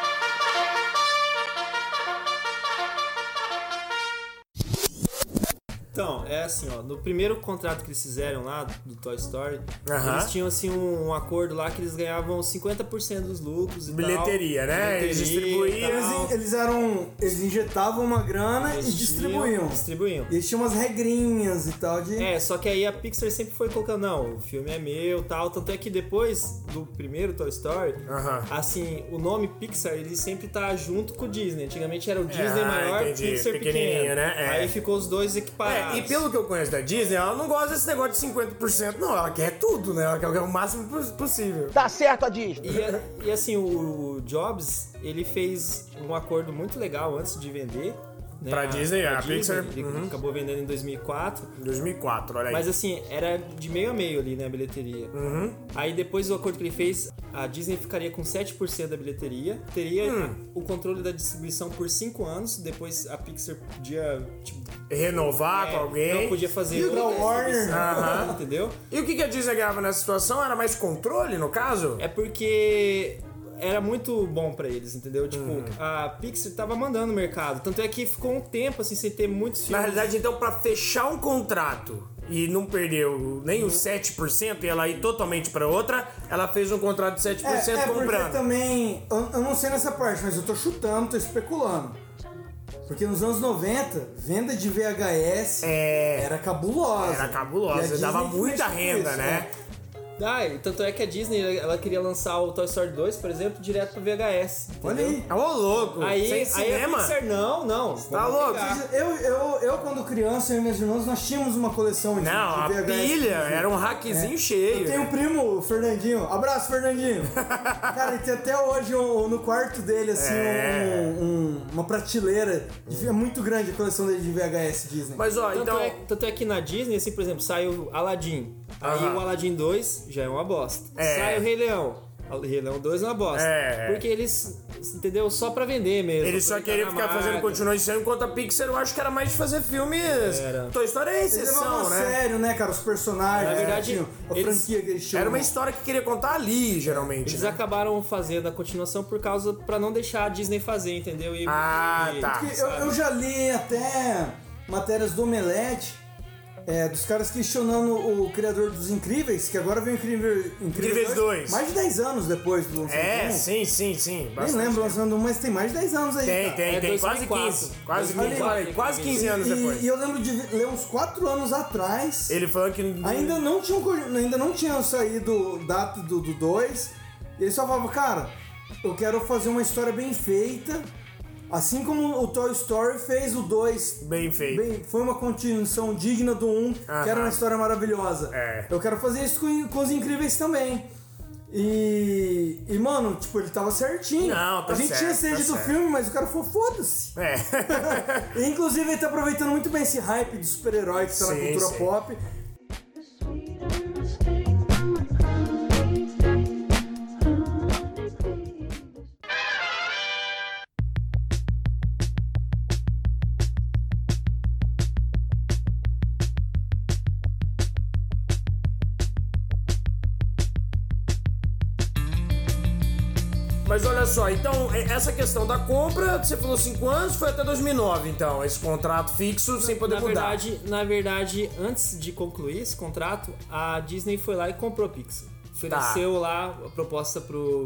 Então, é assim, ó, no primeiro contrato que eles fizeram lá do Toy Story, eles tinham assim um acordo lá que eles ganhavam 50% dos lucros e bilheteria, tal. Né? Eles distribuíam. Eles injetavam uma grana e distribuíam. E eles tinham umas regrinhas e tal de... só que aí a Pixar sempre foi colocando, não, o filme é meu, tal, tanto é que depois do primeiro Toy Story, assim, o nome Pixar, ele sempre tá junto com o Disney. Antigamente era o Disney maior, Pixar pequeno, né? Aí ficou os dois equiparados. E pelo que eu conheço da Disney, ela não gosta desse negócio de 50%, não. Ela quer tudo, né? Ela quer o máximo possível. Tá certo a Disney. E assim, o Jobs, ele fez um acordo muito legal antes de vender. Né, pra Disney, a Pixar. Ele acabou vendendo em 2004. 2004, olha aí. Mas assim, era de meio a meio ali, né, a bilheteria. Aí depois do acordo que ele fez, a Disney ficaria com 7% da bilheteria. Teria o controle da distribuição por 5 anos. Depois a Pixar podia, tipo, renovar com alguém. Não podia fazer Warner. Entendeu? E o que a Disney ganhava nessa situação? Era mais controle, no caso? É porque... era muito bom pra eles, entendeu? Tipo, a Pixar tava mandando o mercado. Tanto é que ficou um tempo, assim, sem ter muitos filmes. Na realidade, então, pra fechar um contrato e não perdeu nem os 7% e ela ir totalmente pra outra, ela fez um contrato de 7% comprando. Porque também, eu não sei nessa parte, mas eu tô chutando, tô especulando. Porque nos anos 90, venda de VHS era cabulosa. Era cabulosa, dava muita renda, né? E tanto é que a Disney, ela queria lançar o Toy Story 2, por exemplo, direto pro VHS. Olha aí. Ô, louco! Sem cinema? A Pixar, não. Tá louco? Eu, quando criança, eu e meus irmãos, nós tínhamos uma coleção de Não, a VHS. Pilha era um hackzinho cheio. Eu tenho um primo, o Fernandinho. Abraço, Fernandinho. Cara, ele tem até hoje no quarto dele, assim, uma prateleira. É muito grande a coleção dele de VHS Disney. Mas, ó, Tanto é que na Disney, assim, por exemplo, sai o Aladdin. Aí o Aladdin 2 já é uma bosta. Sai o Rei Leão. O Rei Leão 2 é uma bosta. Porque eles, entendeu? Só pra vender mesmo. Eles só queriam ficar fazendo continuação, enquanto a Pixar eu acho que era mais de fazer filmes. Toy Story é exceção, né? sério, né, cara? Os personagens. Na verdade, a franquia que eles chamam. Era uma história que queria contar ali, geralmente. Eles acabaram fazendo a continuação pra não deixar a Disney fazer, entendeu? Tá. Eu já li até matérias do Omelete. Dos caras questionando o criador dos Incríveis, que agora vem o Incríveis 2. Mais de 10 anos depois do lançamento. Sim. Nem lembro o lançamento, mas tem mais de 10 anos aí. Tem quase 15. Quase 15 anos depois. E eu lembro de ler uns 4 anos atrás. Ele falou que ainda não tinha saído data do 2. E ele só falava, cara, eu quero fazer uma história bem feita. Assim como o Toy Story fez o 2 bem feito. Foi uma continuação digna do 1, que era uma história maravilhosa. Eu quero fazer isso com os Incríveis também. E mano, tipo, ele tava certinho. Não, tá a gente certo, tinha sede do filme, mas o cara falou, foda-se. E, inclusive, ele tá aproveitando muito bem esse hype de super-herói que tá na cultura pop. Mas olha só, então, essa questão da compra, você falou 5 anos, foi até 2009, então, esse contrato fixo sem poder mudar. Na verdade, antes de concluir esse contrato, a Disney foi lá e comprou a Pixar. Ofereceu lá a proposta pro...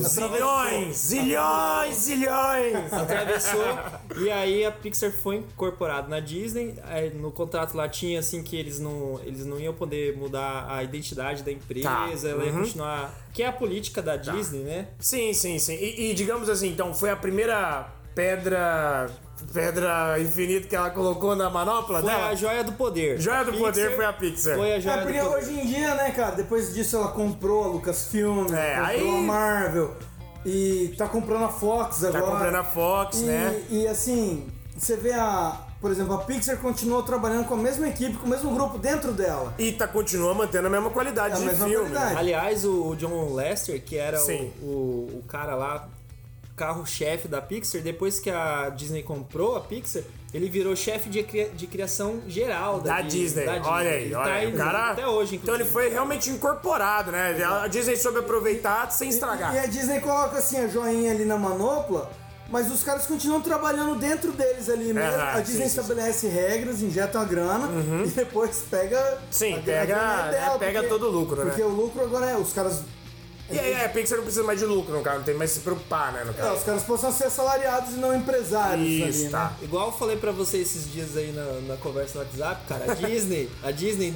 Zilhões! Atravessou, e aí a Pixar foi incorporada na Disney. Aí, no contrato lá tinha, assim, que eles não iam poder mudar a identidade da empresa, ela ia continuar... Que é a política da Disney, né? Sim. E digamos assim, então, foi a primeira pedra infinita que ela colocou na manopla dela? Foi a joia do poder. Joia do poder foi a Pixar. Foi a joia do poder. Porque hoje em dia, né, cara, depois disso ela comprou a Lucasfilm, comprou a Marvel e tá comprando a Fox agora. Tá comprando a Fox, né? E assim, você vê por exemplo, a Pixar continuou trabalhando com a mesma equipe, com o mesmo grupo dentro dela. E continua mantendo a mesma qualidade de filme. Aliás, o John Lasseter, que era o cara lá, carro-chefe da Pixar, depois que a Disney comprou a Pixar, ele virou chefe de criação geral da Disney. Olha aí, o cara até hoje, então ele foi realmente incorporado, né? A Disney soube aproveitar sem estragar. E a Disney coloca assim a joinha ali na manopla, mas os caras continuam trabalhando dentro deles ali mesmo. A Disney estabelece regras, injeta a grana e depois pega pega todo o lucro, porque o lucro agora os caras... E aí, a Pixar não precisa mais de lucro, no caso, não tem mais que se preocupar, né? No caso. Os caras possam ser assalariados e não empresários. Isso, ali, tá. Né? Igual eu falei pra você esses dias aí na conversa no WhatsApp, cara, a Disney em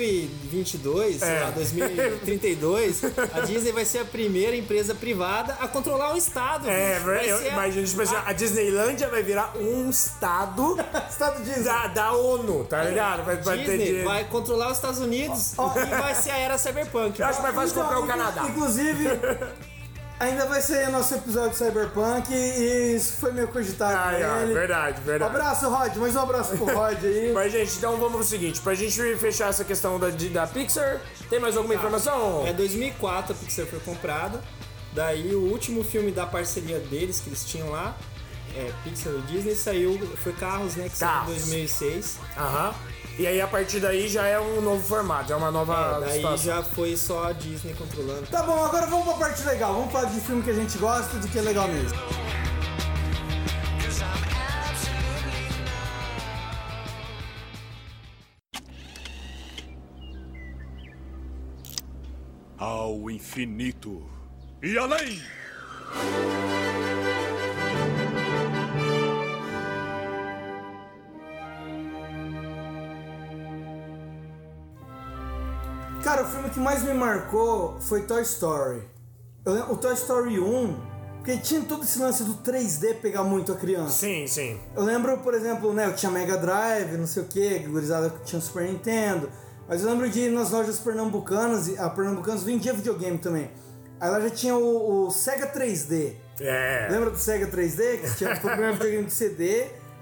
2022, sei lá, 2032, a Disney vai ser a primeira empresa privada a controlar um estado. Imagina, tipo assim, a Disneylândia vai virar um estado Disney. Da ONU, tá ligado? Disney vai controlar os Estados Unidos e vai ser a era cyberpunk. Eu acho mais fácil comprar o Canadá. Inclusive, ainda vai ser nosso episódio de Cyberpunk e isso foi meio cogitado com ele. Verdade. Abraço, Rod. Mais um abraço pro Rod aí. Mas, gente, então vamos pro seguinte. Pra gente fechar essa questão da Pixar, tem mais alguma informação? 2004 a Pixar foi comprada. Daí o último filme da parceria deles, que eles tinham lá, Pixar e Disney, foi Carros, né? Que saiu em 2006. E aí, a partir daí, já é um novo formato, já é uma nova daí situação. Já foi só a Disney controlando. Tá bom, agora vamos pra parte legal. Vamos falar de filme que a gente gosta, do que é legal mesmo. ao infinito e além. Cara, o filme que mais me marcou foi Toy Story. O Toy Story 1, porque tinha todo esse lance do 3D pegar muito a criança. Sim, sim. Eu lembro, por exemplo, né, eu tinha Mega Drive, não sei o que, gurizada tinha Super Nintendo. Mas eu lembro de ir nas lojas pernambucanas, e a Pernambucanas vendia videogame também. Aí lá já tinha o Sega 3D. É. Lembra do Sega 3D? Que tinha o primeiro videogame de CD.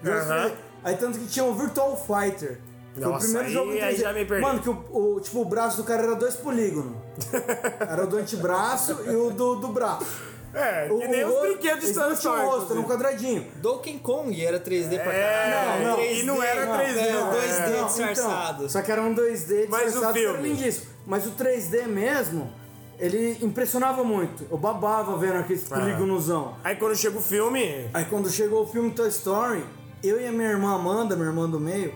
Aí tanto que tinha o Virtual Fighter. Foi o primeiro jogo em 3D. Aí já me perdi. Mano, que tipo, o braço do cara era 2 polígonos. Era o do antebraço e o do braço. É, que nem os brinquedos de Toy Story. O rosto, era um quadradinho. Donkey Kong era 3D pra caralho. Não, 3D, e não era 3D. Era 2D Não, disfarçado. então, só que era um 2D Mas o disfarçado, que era filme? lindíssimo. Mas o 3D mesmo, ele impressionava muito. Eu babava vendo aqueles polígonosão. Aí quando chega o filme... Aí quando chegou o filme Toy Story, eu e a minha irmã Amanda, minha irmã do meio...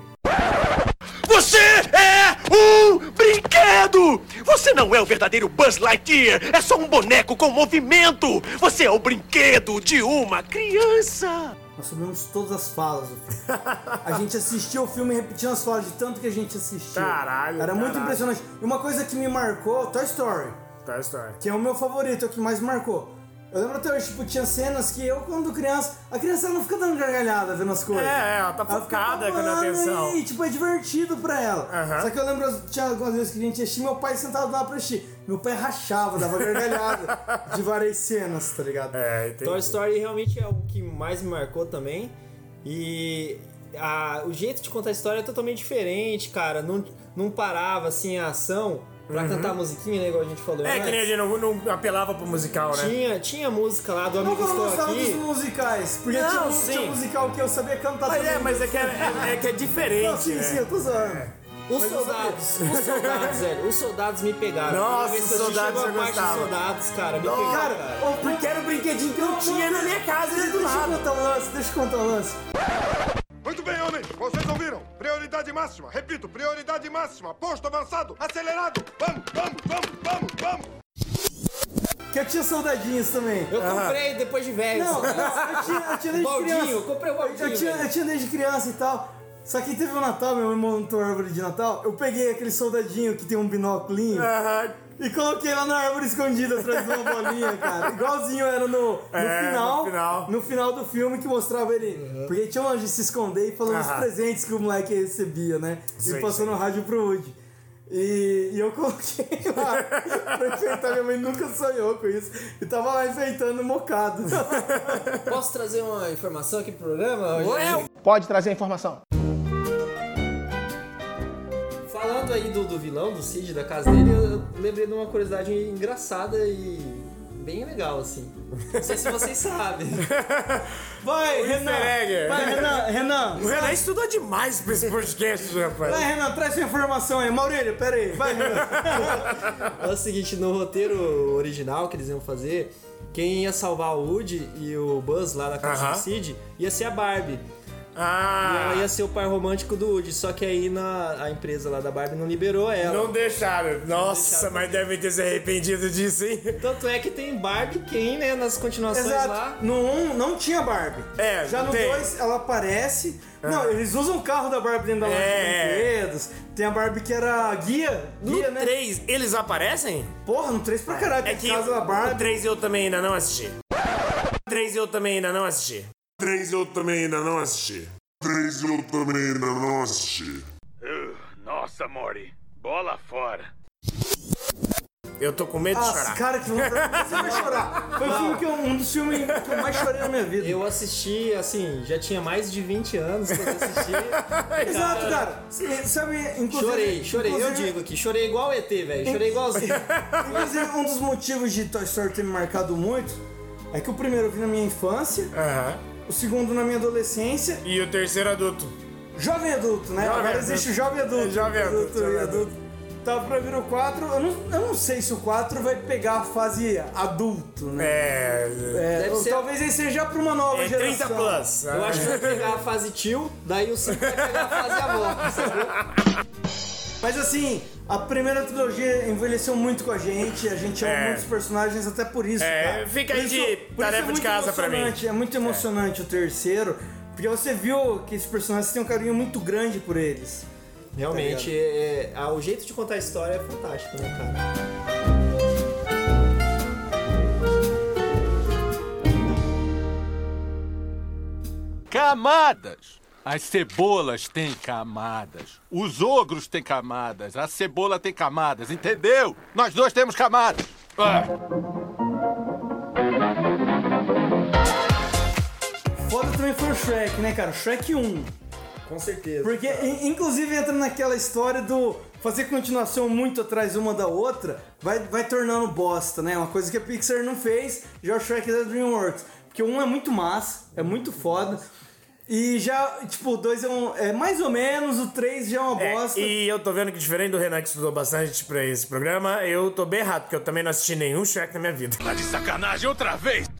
Você é um brinquedo! Você não é o verdadeiro Buzz Lightyear! É só um boneco com movimento! Você é o brinquedo de uma criança! Nós sabemos todas as falas do filme. A gente assistiu o filme repetindo as falas de tanto que a gente assistiu. Caralho, Era muito impressionante. E uma coisa que me marcou, Toy Story. Toy Story. Que é o meu favorito, é o que mais me marcou. Eu lembro até hoje, tipo, tinha cenas que eu, quando criança, a criança não fica dando gargalhada vendo as coisas. Ela tá focada com a atenção. E, tipo, é divertido pra ela. Aham. Só que eu lembro, tinha algumas vezes que a gente assistia, meu pai sentado lá pra assistir. Meu pai rachava, dava gargalhada de várias cenas, tá ligado? Entendi. Toy Story realmente é o que mais me marcou também. E o jeito de contar a história é totalmente diferente, cara. Não parava assim a ação pra cantar musiquinha, né, igual a gente falou. É, que nem a gente não apelava pro musical, né? Tinha música lá do Não, Amigo eu não Estou gostava Aqui. dos musicais, porque Não, tinha sim. musical que eu sabia cantar também. Mas é que é diferente, Não, sim, né? sim, eu tô zoando. Os soldados me pegaram. Nossa, Toda vez que eu os soldados chegou a eu parte dos gostava. soldados, cara, me pegaram, cara. Porque era o brinquedinho que eu tinha na minha casa ali do Deixa eu lado. contar um lance, deixa eu contar um lance. Muito bem, homens, vocês ouviram? Prioridade máxima, repito, prioridade máxima, posto avançado, acelerado, vamos! Que eu tinha soldadinhos também. Eu comprei depois de velho. Não, eu tinha desde Baldinho, criança. eu comprei o baldinho. Eu tinha desde criança e tal. Só que teve um Natal, meu irmão montou a árvore de Natal, eu peguei aquele soldadinho que tem um binóculinho e coloquei lá na árvore escondida atrás de uma bolinha, cara. Igualzinho era no final do filme que mostrava ele. Porque tinha onde se esconder e falando os presentes que o moleque recebia, né? E passou no rádio pro Woody. E eu coloquei lá pra enfeitar, minha mãe nunca sonhou com isso. E tava lá enfeitando mocado. Posso trazer uma informação aqui pro programa? Pode trazer a informação. Falando aí do vilão, do Cid, da casa dele, eu lembrei de uma curiosidade engraçada e bem legal, assim. Não sei se vocês sabem. Vai, Renan! Vai, Renan! O Renan estudou demais pra esse podcast, rapaz. Vai, Renan, traz sua informação aí. Maurílio, pera aí. Vai, Renan. É o seguinte, no roteiro original que eles iam fazer, quem ia salvar o Woody e o Buzz lá da casa do Cid ia ser a Barbie. E ela ia ser o par romântico do Woody, só que aí a empresa lá da Barbie não liberou ela. Não deixaram. Nossa, mas devem ter se arrependido disso, hein? Tanto é que tem Barbie Ken, né, nas continuações lá. No 1 não tinha Barbie. Já no 2 ela aparece. Não, eles usam o carro da Barbie dentro da loja de brinquedos. Tem a Barbie que era guia, No né? 3, eles aparecem? Porra, no 3 pra caralho. É Tem que casa da Barbie. o 3 eu também ainda não assisti. 3 eu também ainda não assisti. Nossa, Morty, bola fora. Eu tô com medo de chorar. Cara, que vontade. Você vai chorar. Foi um dos filmes que eu mais chorei na minha vida. Eu assisti, assim, já tinha mais de 20 anos que eu assisti. Exato, cara. Sabe, inclusive... Chorei, eu digo aqui. Chorei igual o ET, velho. Chorei igualzinho. Inclusive, um dos motivos de Toy Story ter me marcado muito é que o primeiro eu vi na minha infância, o segundo na minha adolescência. E o terceiro adulto. Jovem adulto, né? Agora existe o jovem adulto. Jovem adulto. Tá pra vir o 4, eu não sei se o 4 vai pegar a fase adulto, né? Deve ser... Talvez ele seja pra uma nova geração. 30 plus. Eu acho que vai pegar a fase tio, daí o 5 vai pegar a fase avó, sabe? Mas assim, a primeira trilogia envelheceu muito com a gente ama muitos personagens até por isso, cara. Fica aí de tarefa de casa pra mim. É muito emocionante o terceiro, porque você viu que esses personagens têm um carinho muito grande por eles. Realmente, o jeito de contar a história é fantástico, né, cara? Camadas! As cebolas têm camadas. Os ogros têm camadas. A cebola tem camadas, entendeu? Nós dois temos camadas. Foda também foi o Shrek, né, cara? Shrek 1. Com certeza. Porque, inclusive, entra naquela história do fazer continuação muito atrás uma da outra, vai tornando bosta, né? Uma coisa que a Pixar não fez, já o Shrek da DreamWorks. Porque o 1 é muito massa, é muito foda. E já, tipo, o 2 é mais ou menos, o 3 já é uma bosta. E eu tô vendo que, diferente do Renan, que estudou bastante pra esse programa, eu tô bem errado, porque eu também não assisti nenhum Shrek na minha vida. Tá de sacanagem outra vez!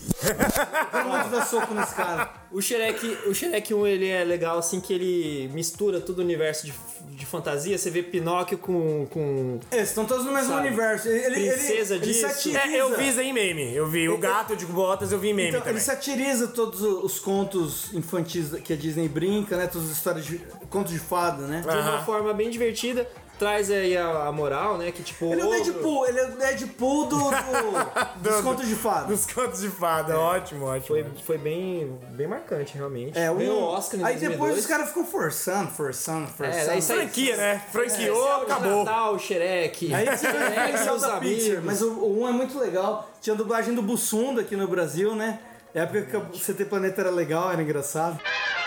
Pode dar soco nesse cara. O Shrek 1, ele é legal, assim, que ele mistura todo o universo de fantasia. Você vê Pinóquio com estão todos no mesmo universo. Princesa ele satiriza. Eu vi isso aí em meme. Eu vi o gato de botas, eu vi em meme então, também. Ele satiriza todos os contos infantis que a Disney brinca, né? Todas as histórias de contos de fada, né? De uma forma bem divertida. Traz aí a moral, né? Que tipo. Ele é o Deadpool dos contos de fada. Dos contos de fada, ótimo. Foi bem marcante, realmente. Ganhou o Oscar em aí 2002. depois os caras ficam forçando. Franquia, né? Franqueou, acabou. Natal, Shrek. Aí você vê os da Pixar, mas o 1 é muito legal. Tinha a dublagem do Bussunda aqui no Brasil, né? É porque o CT Planeta era legal, era engraçado.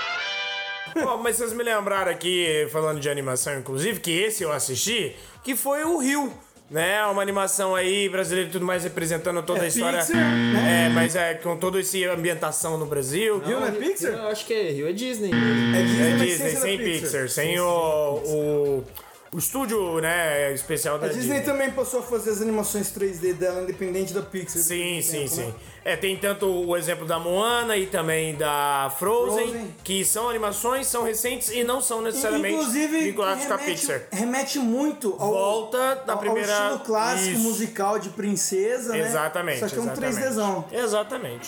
Mas vocês me lembraram aqui, falando de animação, inclusive, que esse eu assisti, que foi o Rio, né? Uma animação aí brasileira e tudo mais, representando toda a história. Pixar, né? Mas com toda essa ambientação no Brasil. Rio não é Pixar? Eu acho que Rio é Disney. É Disney, sem Pixar, sem o estúdio, né, especial da Disney. A Disney também passou a fazer as animações 3D dela, independente da Pixar. Sim. Né? Tem tanto o exemplo da Moana e também da Frozen, que são animações, são recentes e não são necessariamente vinculados com a Pixar. Remete muito ao estilo clássico musical de princesa, né? Exatamente. Só que é um 3Dzão. Exatamente.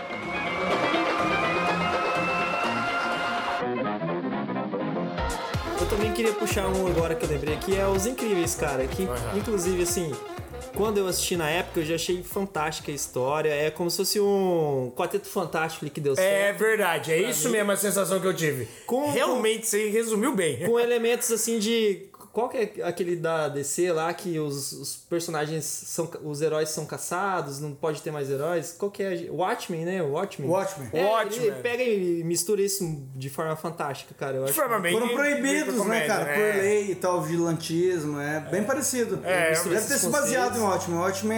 Eu também queria puxar um agora que eu lembrei aqui, é Os Incríveis, cara. Que, inclusive, assim, quando eu assisti na época, eu já achei fantástica a história. É como se fosse um Quarteto Fantástico que deu certo. É verdade, isso mesmo a sensação que eu tive. Realmente, você resumiu bem. Com elementos, assim, de... Qual que é aquele da DC lá que os personagens são... Os heróis são caçados, não pode ter mais heróis? Qual que é? Watchmen, né? Watchmen. Ele pega e mistura isso de forma fantástica, cara. Eu acho foram proibidos, né, cara? Por lei e tal, vigilantismo. É bem parecido. Deve ter se baseado em Watchmen. Watchmen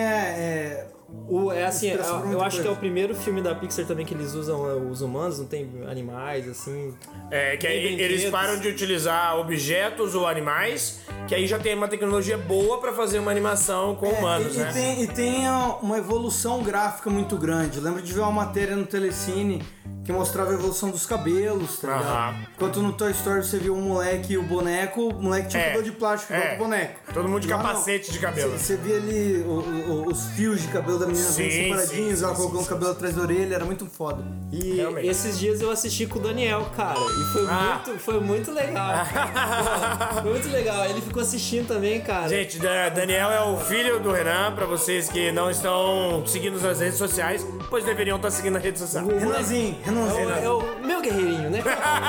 eu acho que é o primeiro filme da Pixar também que eles usam os humanos, não tem animais, assim. Que aí eles param de utilizar objetos ou animais, que aí já tem uma tecnologia boa pra fazer uma animação com humanos, né? E tem uma evolução gráfica muito grande. Eu lembro de ver uma matéria no Telecine que mostrava a evolução dos cabelos, tá ligado? Enquanto no Toy Story você viu um moleque e o boneco, o moleque tinha cabelo de plástico igual o boneco. Todo mundo de capacete de cabelo. Você via ali os fios de cabelo da menina bem separadinhos, ela colocou um cabelo atrás da orelha, era muito foda. E esses dias eu assisti com o Daniel, cara, e foi muito legal. Foi muito legal, ele ficou assistindo também, cara. Gente, Daniel é o filho do Renan, pra vocês que não estão seguindo nas redes sociais, pois deveriam estar seguindo na rede social. Renanzinho. É o meu guerreirinho, né?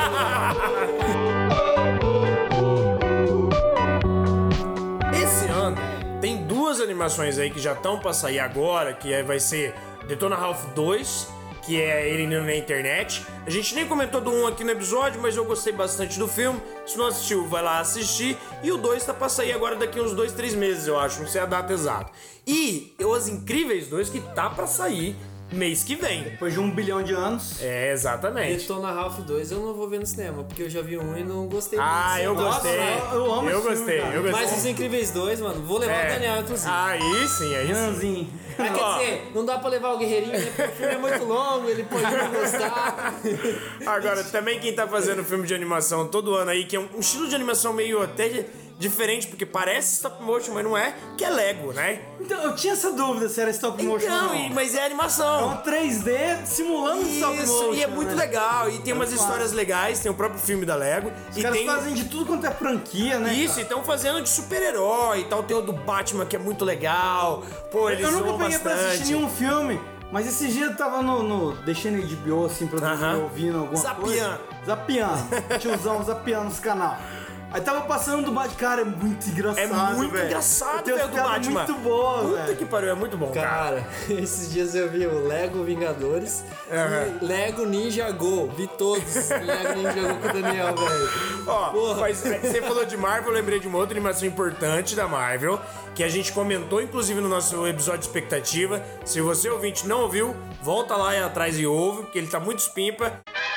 Esse ano tem duas animações aí que já estão pra sair agora, que vai ser Detona Ralph 2, que é ele indo na internet. A gente nem comentou do 1 aqui no episódio, mas eu gostei bastante do filme. Se não assistiu, vai lá assistir. E o 2 tá pra sair agora daqui uns 2-3 meses, eu acho, não sei a data exata. E Os Incríveis 2, que tá pra sair mês que vem. Depois de 1 bilhão de anos. Exatamente. Detona Ralph 2 eu não vou ver no cinema, porque eu já vi um e não gostei muito. Eu gostei. Eu amo eu esse gostei, filme, eu gostei. Mas Os Incríveis 2, mano, vou levar o Daniel, inclusive. Aí sim. Quer dizer, não dá pra levar o guerreirinho, né? Porque o filme é muito longo, ele pode não gostar. Agora, também quem tá fazendo filme de animação todo ano aí, que é um estilo de animação meio até diferente, porque parece stop motion, mas não é, que é Lego, né? Então, eu tinha essa dúvida se era stop motion ou não. Mas é animação. É um 3D simulando stop motion. E é muito legal, e tem umas histórias legais, tem o próprio filme da Lego. Os caras fazem de tudo quanto é franquia, né? Isso, e estão fazendo de super-herói e tal. Tem o do Batman, que é muito legal. Pô, eles eu nunca zoam peguei bastante. pra assistir nenhum filme, mas esse dia eu tava deixando HBO, assim, pra eu ouvindo alguma coisa. Zapiando. Tiozão, zapiando nos canal. Aí tava passando do Batman, cara, é muito engraçado, É muito engraçado, velho, do Batman. muito boa, Puta velho. que pariu, é muito bom, cara. Esses dias eu vi o Lego Vingadores e Lego Ninja Go. Vi todos Lego Ninja Go com o Daniel, velho. Ó, mas você falou de Marvel, eu lembrei de uma outra animação importante da Marvel, que a gente comentou, inclusive, no nosso episódio de expectativa. Se você, ouvinte, não ouviu, volta lá atrás e ouve, porque ele tá muito espimpa.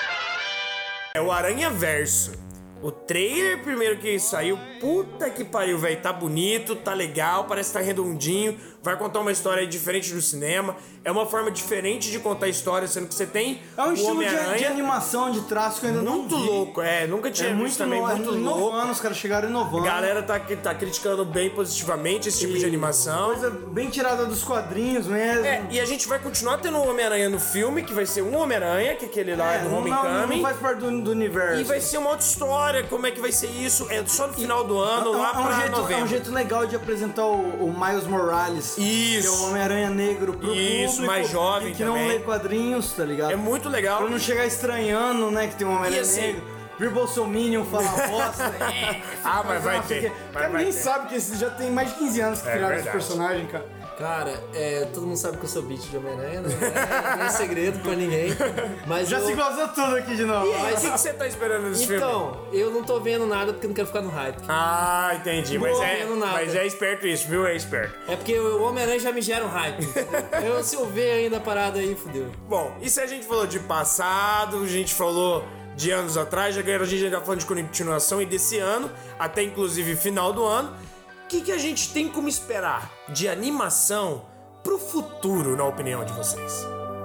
É o Aranha Verso. O trailer primeiro que saiu, puta que pariu, velho. Tá bonito, tá legal, parece que tá redondinho. Vai contar uma história diferente do cinema. É uma forma diferente de contar a história, sendo que você tem É um o estilo Homem-Aranha. de animação, de traço que eu ainda não vi. Muito louco, nunca tinha visto também, muito louco. Inovando, os caras chegaram inovando. A galera tá criticando bem positivamente esse tipo de animação. Coisa bem tirada dos quadrinhos mesmo. E a gente vai continuar tendo o Homem-Aranha no filme, que vai ser um Homem-Aranha, que é aquele lá do Homecoming. Não faz parte do universo. E vai ser uma outra história, como é que vai ser isso? É só no final do ano, lá pra novembro. É um jeito legal de apresentar o Miles Morales. Isso. Que é o Homem-Aranha negro pro público. Mais jovem que também. não lê quadrinhos, tá ligado? É muito legal. Pra não chegar estranhando, né, que tem um Homem-Aranha negro. Vir Bolsominion falar bosta. Mas vai ter. Cara, nem sabe que esse já tem mais de 15 anos que criaram esse personagem, cara. Cara, todo mundo sabe que eu sou beat de Homem-Aranha, né? Não é segredo pra ninguém. Mas já se gozou tudo aqui de novo. Mas o que você tá esperando nesse filme? Então, eu não tô vendo nada porque não quero ficar no hype. Ah, entendi. Mas é esperto isso, viu? É esperto. É porque o Homem-Aranha já me gera um hype. Se eu ver ainda a parada aí, fudeu. Bom, e se a gente falou de passado, a gente falou de anos atrás, a gente já tá falando de continuação e desse ano, até inclusive final do ano. O que a gente tem como esperar de animação pro futuro, na opinião de vocês?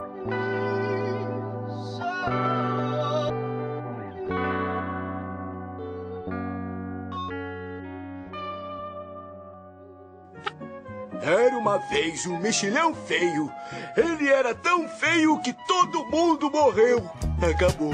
Era uma vez um mexilhão feio. Ele era tão feio que todo mundo morreu. Acabou.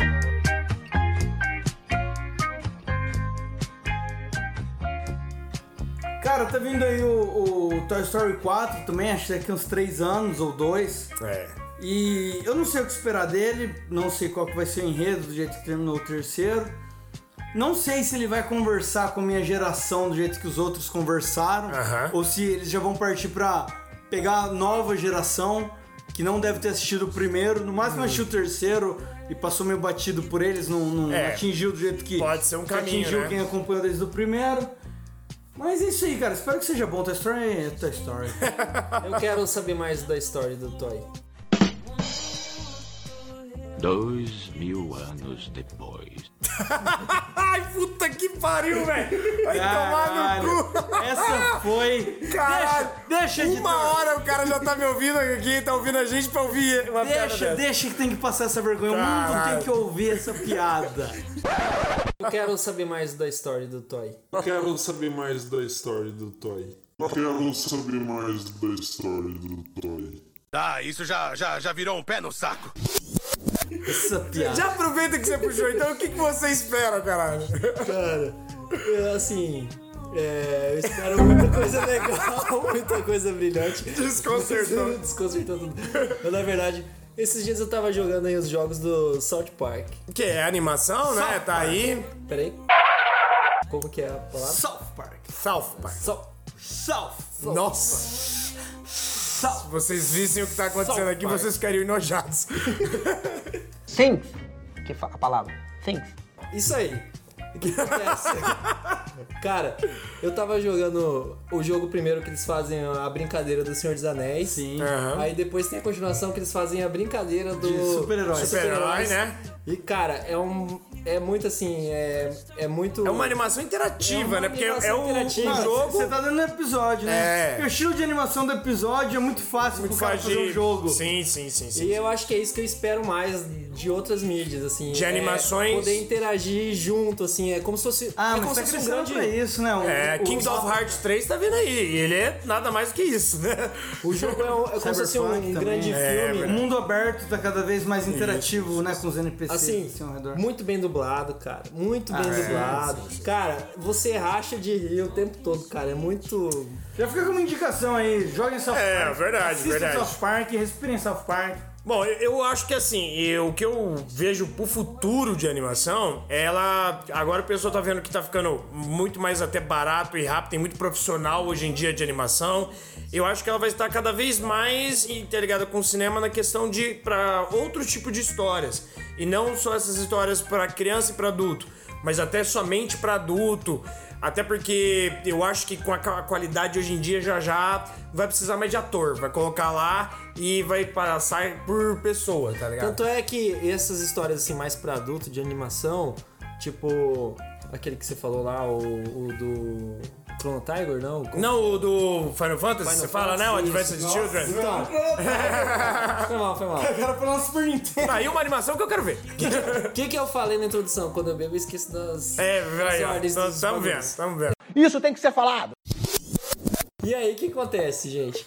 Cara, tá vindo aí o Toy Story 4 também, acho que daqui uns 3 anos ou 2. E eu não sei o que esperar dele, não sei qual que vai ser o enredo do jeito que terminou o terceiro. Não sei se ele vai conversar com a minha geração do jeito que os outros conversaram, ou se eles já vão partir pra pegar a nova geração, que não deve ter assistido o primeiro, no máximo assistiu o terceiro e passou meio batido por eles, não atingiu do jeito que pode ser um caminho, atingiu, né? quem acompanhou desde o primeiro. Mas é isso aí, cara. Espero que seja bom. Toy Story é Toy Story. Eu quero saber mais da história do Toy. 2000 anos depois. Ai, puta que pariu, velho! Vai tomar no cu! Essa foi. Caralho! Deixa de. Uma hora o cara já tá me ouvindo aqui, tá ouvindo a gente pra ouvir uma piada dessa. Deixa que tem que passar essa vergonha. Caralho. O mundo tem que ouvir essa piada. Eu quero saber mais da história do Toy. Eu quero saber mais da história do Toy. Eu quero saber mais da história do Toy. Ah, isso já virou um pé no saco. Essa piada. Já aproveita que você puxou, então o que você espera, caralho? Cara, eu espero muita coisa legal, muita coisa brilhante. Desconcertou tudo. Mas, na verdade, esses dias eu tava jogando aí os jogos do South Park. Que é animação, né? South Tá Park. aí. Peraí. Como que é a palavra? South Park. South Park. South. Nossa. Se vocês vissem o que tá acontecendo aqui, vocês ficariam enojados. Things. Que a palavra. Things. Isso aí. O que acontece? Cara, eu tava jogando o jogo primeiro que eles fazem a brincadeira do Senhor dos Anéis. Sim. Aí depois tem a continuação que eles fazem a brincadeira do De super-herói. Super-herói, né? E, cara, é é muito assim, é muito... É uma animação interativa, né? Porque é um jogo... Você tá dando um episódio, né? Porque o estilo de animação do episódio é muito fácil pro cara fazer um jogo. Sim. E eu acho que é isso que eu espero mais de outras mídias, assim. De animações... Poder interagir junto, assim, é como se fosse... mas tá crescendo pra isso, né? Kingdom of Hearts 3 tá vindo aí, e ele é nada mais do que isso, né? O jogo é como se fosse um grande filme. O mundo aberto tá cada vez mais interativo, né? Com os NPCs assim, ao redor. Muito bem dublado, cara. Muito bem dublado. Cara, você racha de rir o tempo todo, cara. É muito... Já fica com uma indicação aí. Joguem South Park. Verdade. Assistam South Park, respirem South Park. Bom, eu acho que assim, o que eu vejo pro futuro de animação, agora o pessoal tá vendo que tá ficando muito mais até barato e rápido, tem muito profissional hoje em dia de animação. Eu acho que ela vai estar cada vez mais interligada com o cinema na questão de para outro tipo de histórias. E não só essas histórias para criança e para adulto, mas até somente para adulto. Até porque eu acho que com a qualidade hoje em dia já vai precisar mais de ator. Vai colocar lá e vai passar por pessoa, tá ligado? Tanto é que essas histórias assim mais pra adulto de animação, tipo aquele que você falou lá, o do Chrono Tiger, não? Não, o do Final Fantasy, você fala, né? O Advanced Children. Então. Foi mal. Eu quero falar no Super Nintendo. Aí uma animação que eu quero ver. O que eu falei na introdução? Quando eu bebo, eu esqueço das ordens. Tamo vendo. Isso tem que ser falado. E aí, o que acontece, gente?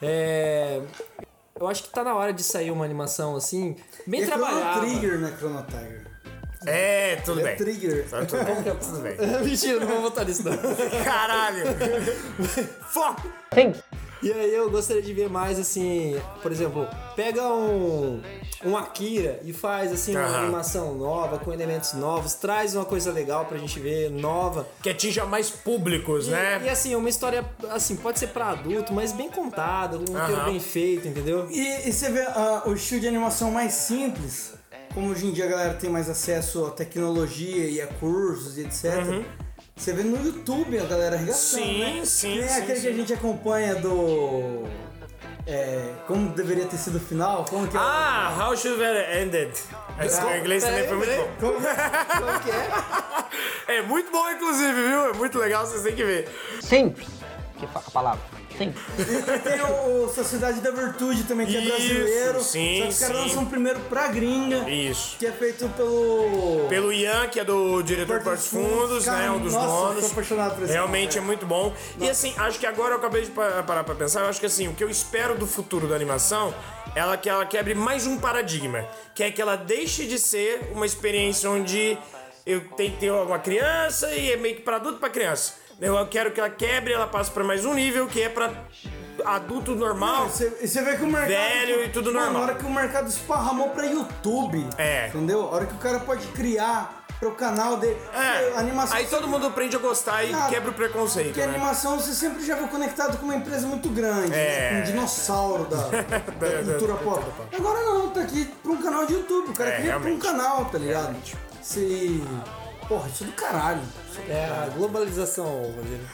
Eu acho que tá na hora de sair uma animação assim, bem trabalhada. Chrono Trigger, né? Chrono Tiger. Tudo bem. Trigger. Tudo bem. Mentira, não vou botar nisso não. Caralho. Foco. E aí eu gostaria de ver mais assim, por exemplo, pega um Akira e faz assim uma animação nova, com elementos novos, traz uma coisa legal pra gente ver, nova. Que atinja mais públicos, né? E assim, uma história, assim, pode ser pra adulto, mas bem contada, um roteiro bem feito, entendeu? E você vê o estilo de animação mais simples, como hoje em dia a galera tem mais acesso à tecnologia e a cursos e etc. Você vê no YouTube a galera arregaçando, né? Sim. Nem aquele que a gente acompanha do... como deveria ter sido o final? Como que How Should It Ended. O inglês também foi muito bom. Como que é? É muito bom, inclusive, viu? É muito legal, vocês têm que ver. Simples. Que a palavra. Simples. E tem o Sociedade da Virtude também, que é brasileiro. Sim, só que os caras lançam primeiro pra gringa. Isso. Que é feito pelo Ian, que é do diretor de Portos Fundos, cara, né? Um dos nossa, donos. Eu tô apaixonado por esse Realmente cara. é muito bom. E assim, acho que agora eu acabei de parar pra pensar, eu acho que assim, o que eu espero do futuro da animação é que ela quebre mais um paradigma. Que é que ela deixe de ser uma experiência onde eu tenho que ter uma criança e é meio que pra adulto e pra criança. Eu quero que ela quebre, ela passe pra mais um nível, que é pra adulto normal. E você vê que o mercado... Velho e tudo normal. Na hora que o mercado esparramou pra YouTube. Entendeu? A hora que o cara pode criar pro canal dele. Animação, aí todo mundo aprende a gostar e quebra o preconceito. Porque a animação você sempre já viu conectado com uma empresa muito grande, né? Com um dinossauro da cultura pop. Agora não, tá aqui pra um canal de YouTube. O cara cria pra um canal, tá ligado? Porra, isso é do caralho. A globalização,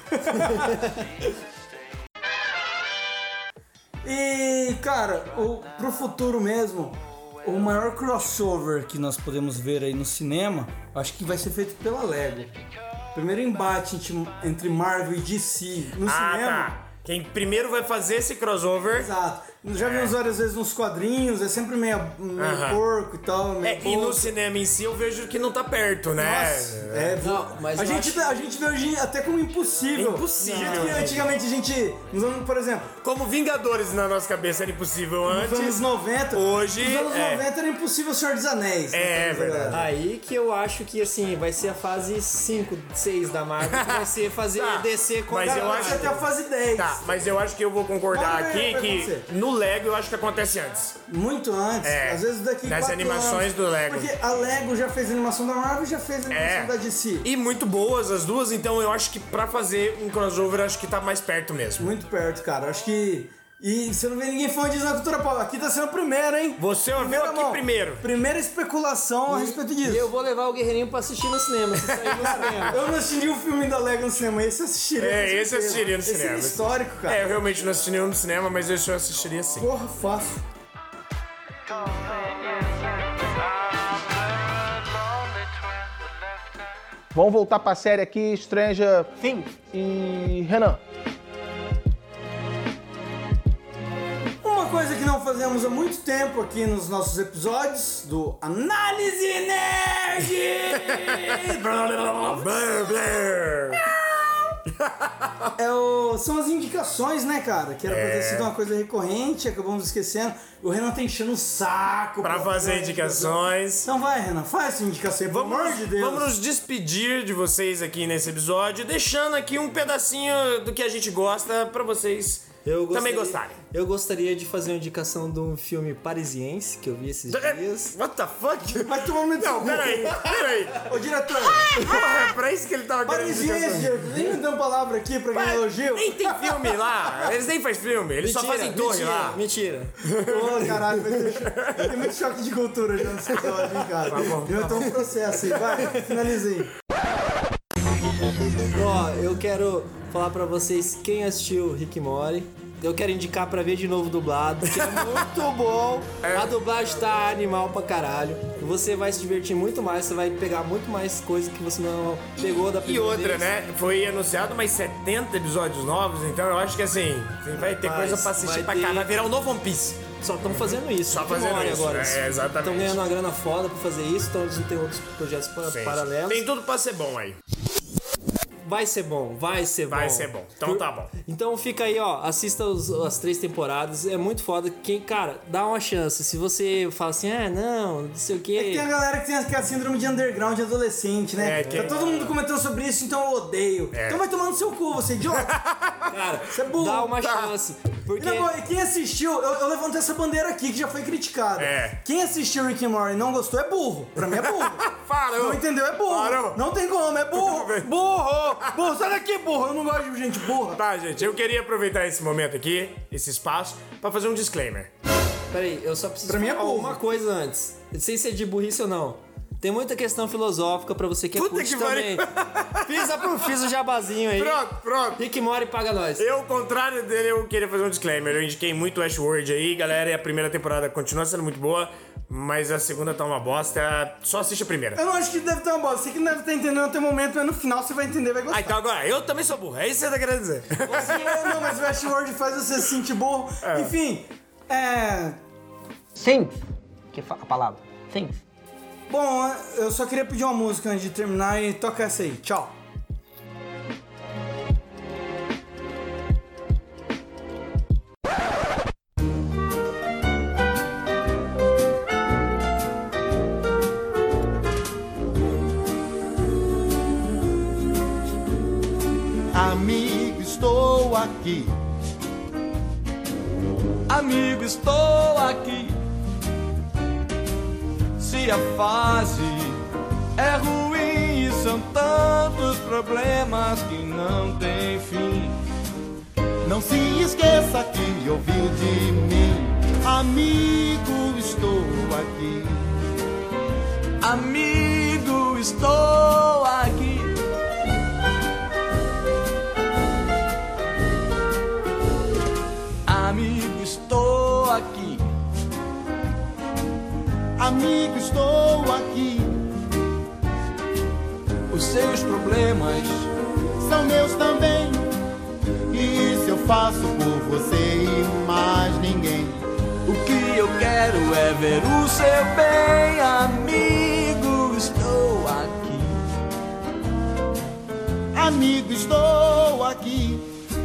E, cara, pro futuro mesmo, o maior crossover que nós podemos ver aí no cinema, acho que vai ser feito pela Lego. Primeiro embate entre Marvel e DC no cinema. Tá. Quem primeiro vai fazer esse crossover. Exato. Já vimos várias vezes nos quadrinhos, é sempre meio porco e tal. E no cinema em si eu vejo que não tá perto, né? Nossa, mas a gente vê hoje até como impossível. Impossível. Antigamente a gente, por exemplo... Como Vingadores na nossa cabeça era impossível antes. Nos anos 90. Hoje... Nos anos 90 era impossível o Senhor dos Anéis. É verdade. Aí que eu acho que, assim, vai ser a fase 5, 6 da Marvel, que vai ser fazer DC com mas eu acho até a fase 10. Tá, mas eu acho que eu vou concordar aqui que no Lego eu acho que acontece antes. Muito antes. Às vezes daqui nas animações do Lego. Porque a Lego já fez a animação da Marvel e já fez a animação da DC. E muito boas as duas, então eu acho que pra fazer um crossover, acho que tá mais perto mesmo. Muito perto, cara. Acho que... E você não vê ninguém falando disso na cultura pop. Aqui tá sendo o primeiro, hein? Você ouviu aqui primeiro. Primeira especulação a respeito disso. E eu vou levar o Guerreirinho pra assistir no cinema, se sair no cinema. Eu não assisti o filme da Lego no cinema, esse eu assistiria. Esse eu assistiria no cinema. Esse é histórico, cara. Eu realmente não assisti nenhum no cinema, mas esse eu assistiria sim. Porra, fácil. Vamos voltar pra série aqui, Stranger Things e Renan. Uma coisa que não fazemos há muito tempo aqui nos nossos episódios do Análise Nerd! São as indicações, né, cara? Que era pra ter sido uma coisa recorrente, acabamos esquecendo. O Renan tá enchendo o saco pra fazer indicações. Então vai, Renan, faz sua indicação, pelo amor de Deus. Vamos nos despedir de vocês aqui nesse episódio, deixando aqui um pedacinho do que a gente gosta pra vocês também gostarem. Eu gostaria de fazer uma indicação de um filme parisiense que eu vi esses dias. What the fuck? Mas tu momento. Não, peraí. Ô, diretor. É pra isso que ele tava querendo Parisiense, nem me dá uma palavra aqui pra ganhar elogio. Nem tem filme lá. Eles nem fazem filme, eles só fazem torre lá. Mentira. Ô, caralho, tem muito choque de cultura já nesse episódio, hein, cara. Tá bom. Eu tô um processo aí, vai, finaliza aí. Ó, eu quero falar pra vocês quem assistiu Rick e Morty. Eu quero indicar pra ver de novo dublado, que é muito bom. A dublagem tá animal pra caralho. Você vai se divertir muito mais, você vai pegar muito mais coisa que você não pegou da primeira vez. E outra, vez. né? Foi anunciado mais 70 episódios novos, então eu acho que assim, vai ter coisa pra assistir pra cá. Vai virar um novo One Piece. Só estão fazendo isso. Só fazendo isso agora. exatamente. Estão ganhando uma grana foda pra fazer isso, então eles não têm outros projetos paralelos. Tem tudo pra ser bom aí. Vai ser bom. Vai ser bom. Então tá bom. Então fica aí, ó. Assista as 3 temporadas. É muito foda. Cara, dá uma chance. Se você fala assim, não sei o quê. É que tem a galera que tem a síndrome de underground de adolescente, né? Tá todo mundo comentando sobre isso, então eu odeio. Então vai tomar no seu cu, você idiota. Cara, você é burro. Dá uma chance. Porque... E quem assistiu, eu levantei essa bandeira aqui que já foi criticada. Quem assistiu Rick and Morty e não gostou é burro. Pra mim é burro. Parou. Não entendeu? É burro. Parou. Não tem como, é burro. Burro, sai daqui, burro. Eu não gosto de gente burra. Tá, gente, eu queria aproveitar esse momento aqui, esse espaço, pra fazer um disclaimer. Peraí, eu só preciso falar uma coisa antes. Não sei se é de burrice ou não. Tem muita questão filosófica pra você que é curte também. Fiz o jabazinho aí. Pronto. Rick Morty paga nós. Eu, ao contrário dele, eu queria fazer um disclaimer. Eu indiquei muito Westworld aí, galera, e a primeira temporada continua sendo muito boa, mas a segunda tá uma bosta. Só assiste a primeira. Eu não acho que deve ter uma bosta. Você que não deve estar entendendo até o momento, mas no final você vai entender, vai gostar. Então agora, eu também sou burro. É isso que você tá querendo dizer. Não, mas o Westworld faz você se sentir burro. Enfim, Sim. Que a palavra. Sim. Bom, eu só queria pedir uma música antes de terminar e toca essa aí. Tchau. Amigo, estou aqui. Amigo, estou aqui. Se a fase é ruim e são tantos problemas que não tem fim, não se esqueça que me ouviu de mim. Amigo, estou aqui. Amigo, estou aqui. Amigo, estou aqui. Amigo, estou aqui. Os seus problemas são meus também. E isso eu faço por você e mais ninguém. O que eu quero é ver o seu bem. Amigo, estou aqui. Amigo, estou aqui.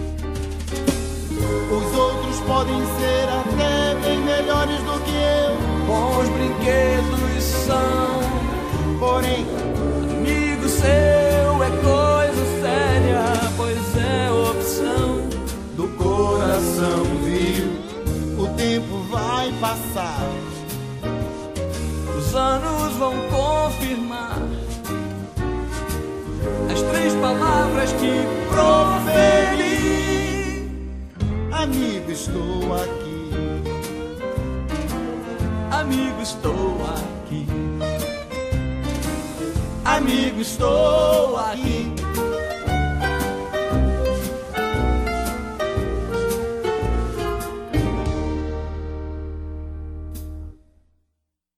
Os outros podem ser até bem melhores do que eu. Bons brinquedos são, porém, amigo seu é coisa séria, pois é opção do coração, viu? O tempo vai passar, os anos vão confirmar as 3 palavras que proferi. Amigo, estou aqui. Amigo, estou aqui. Amigo, estou aqui.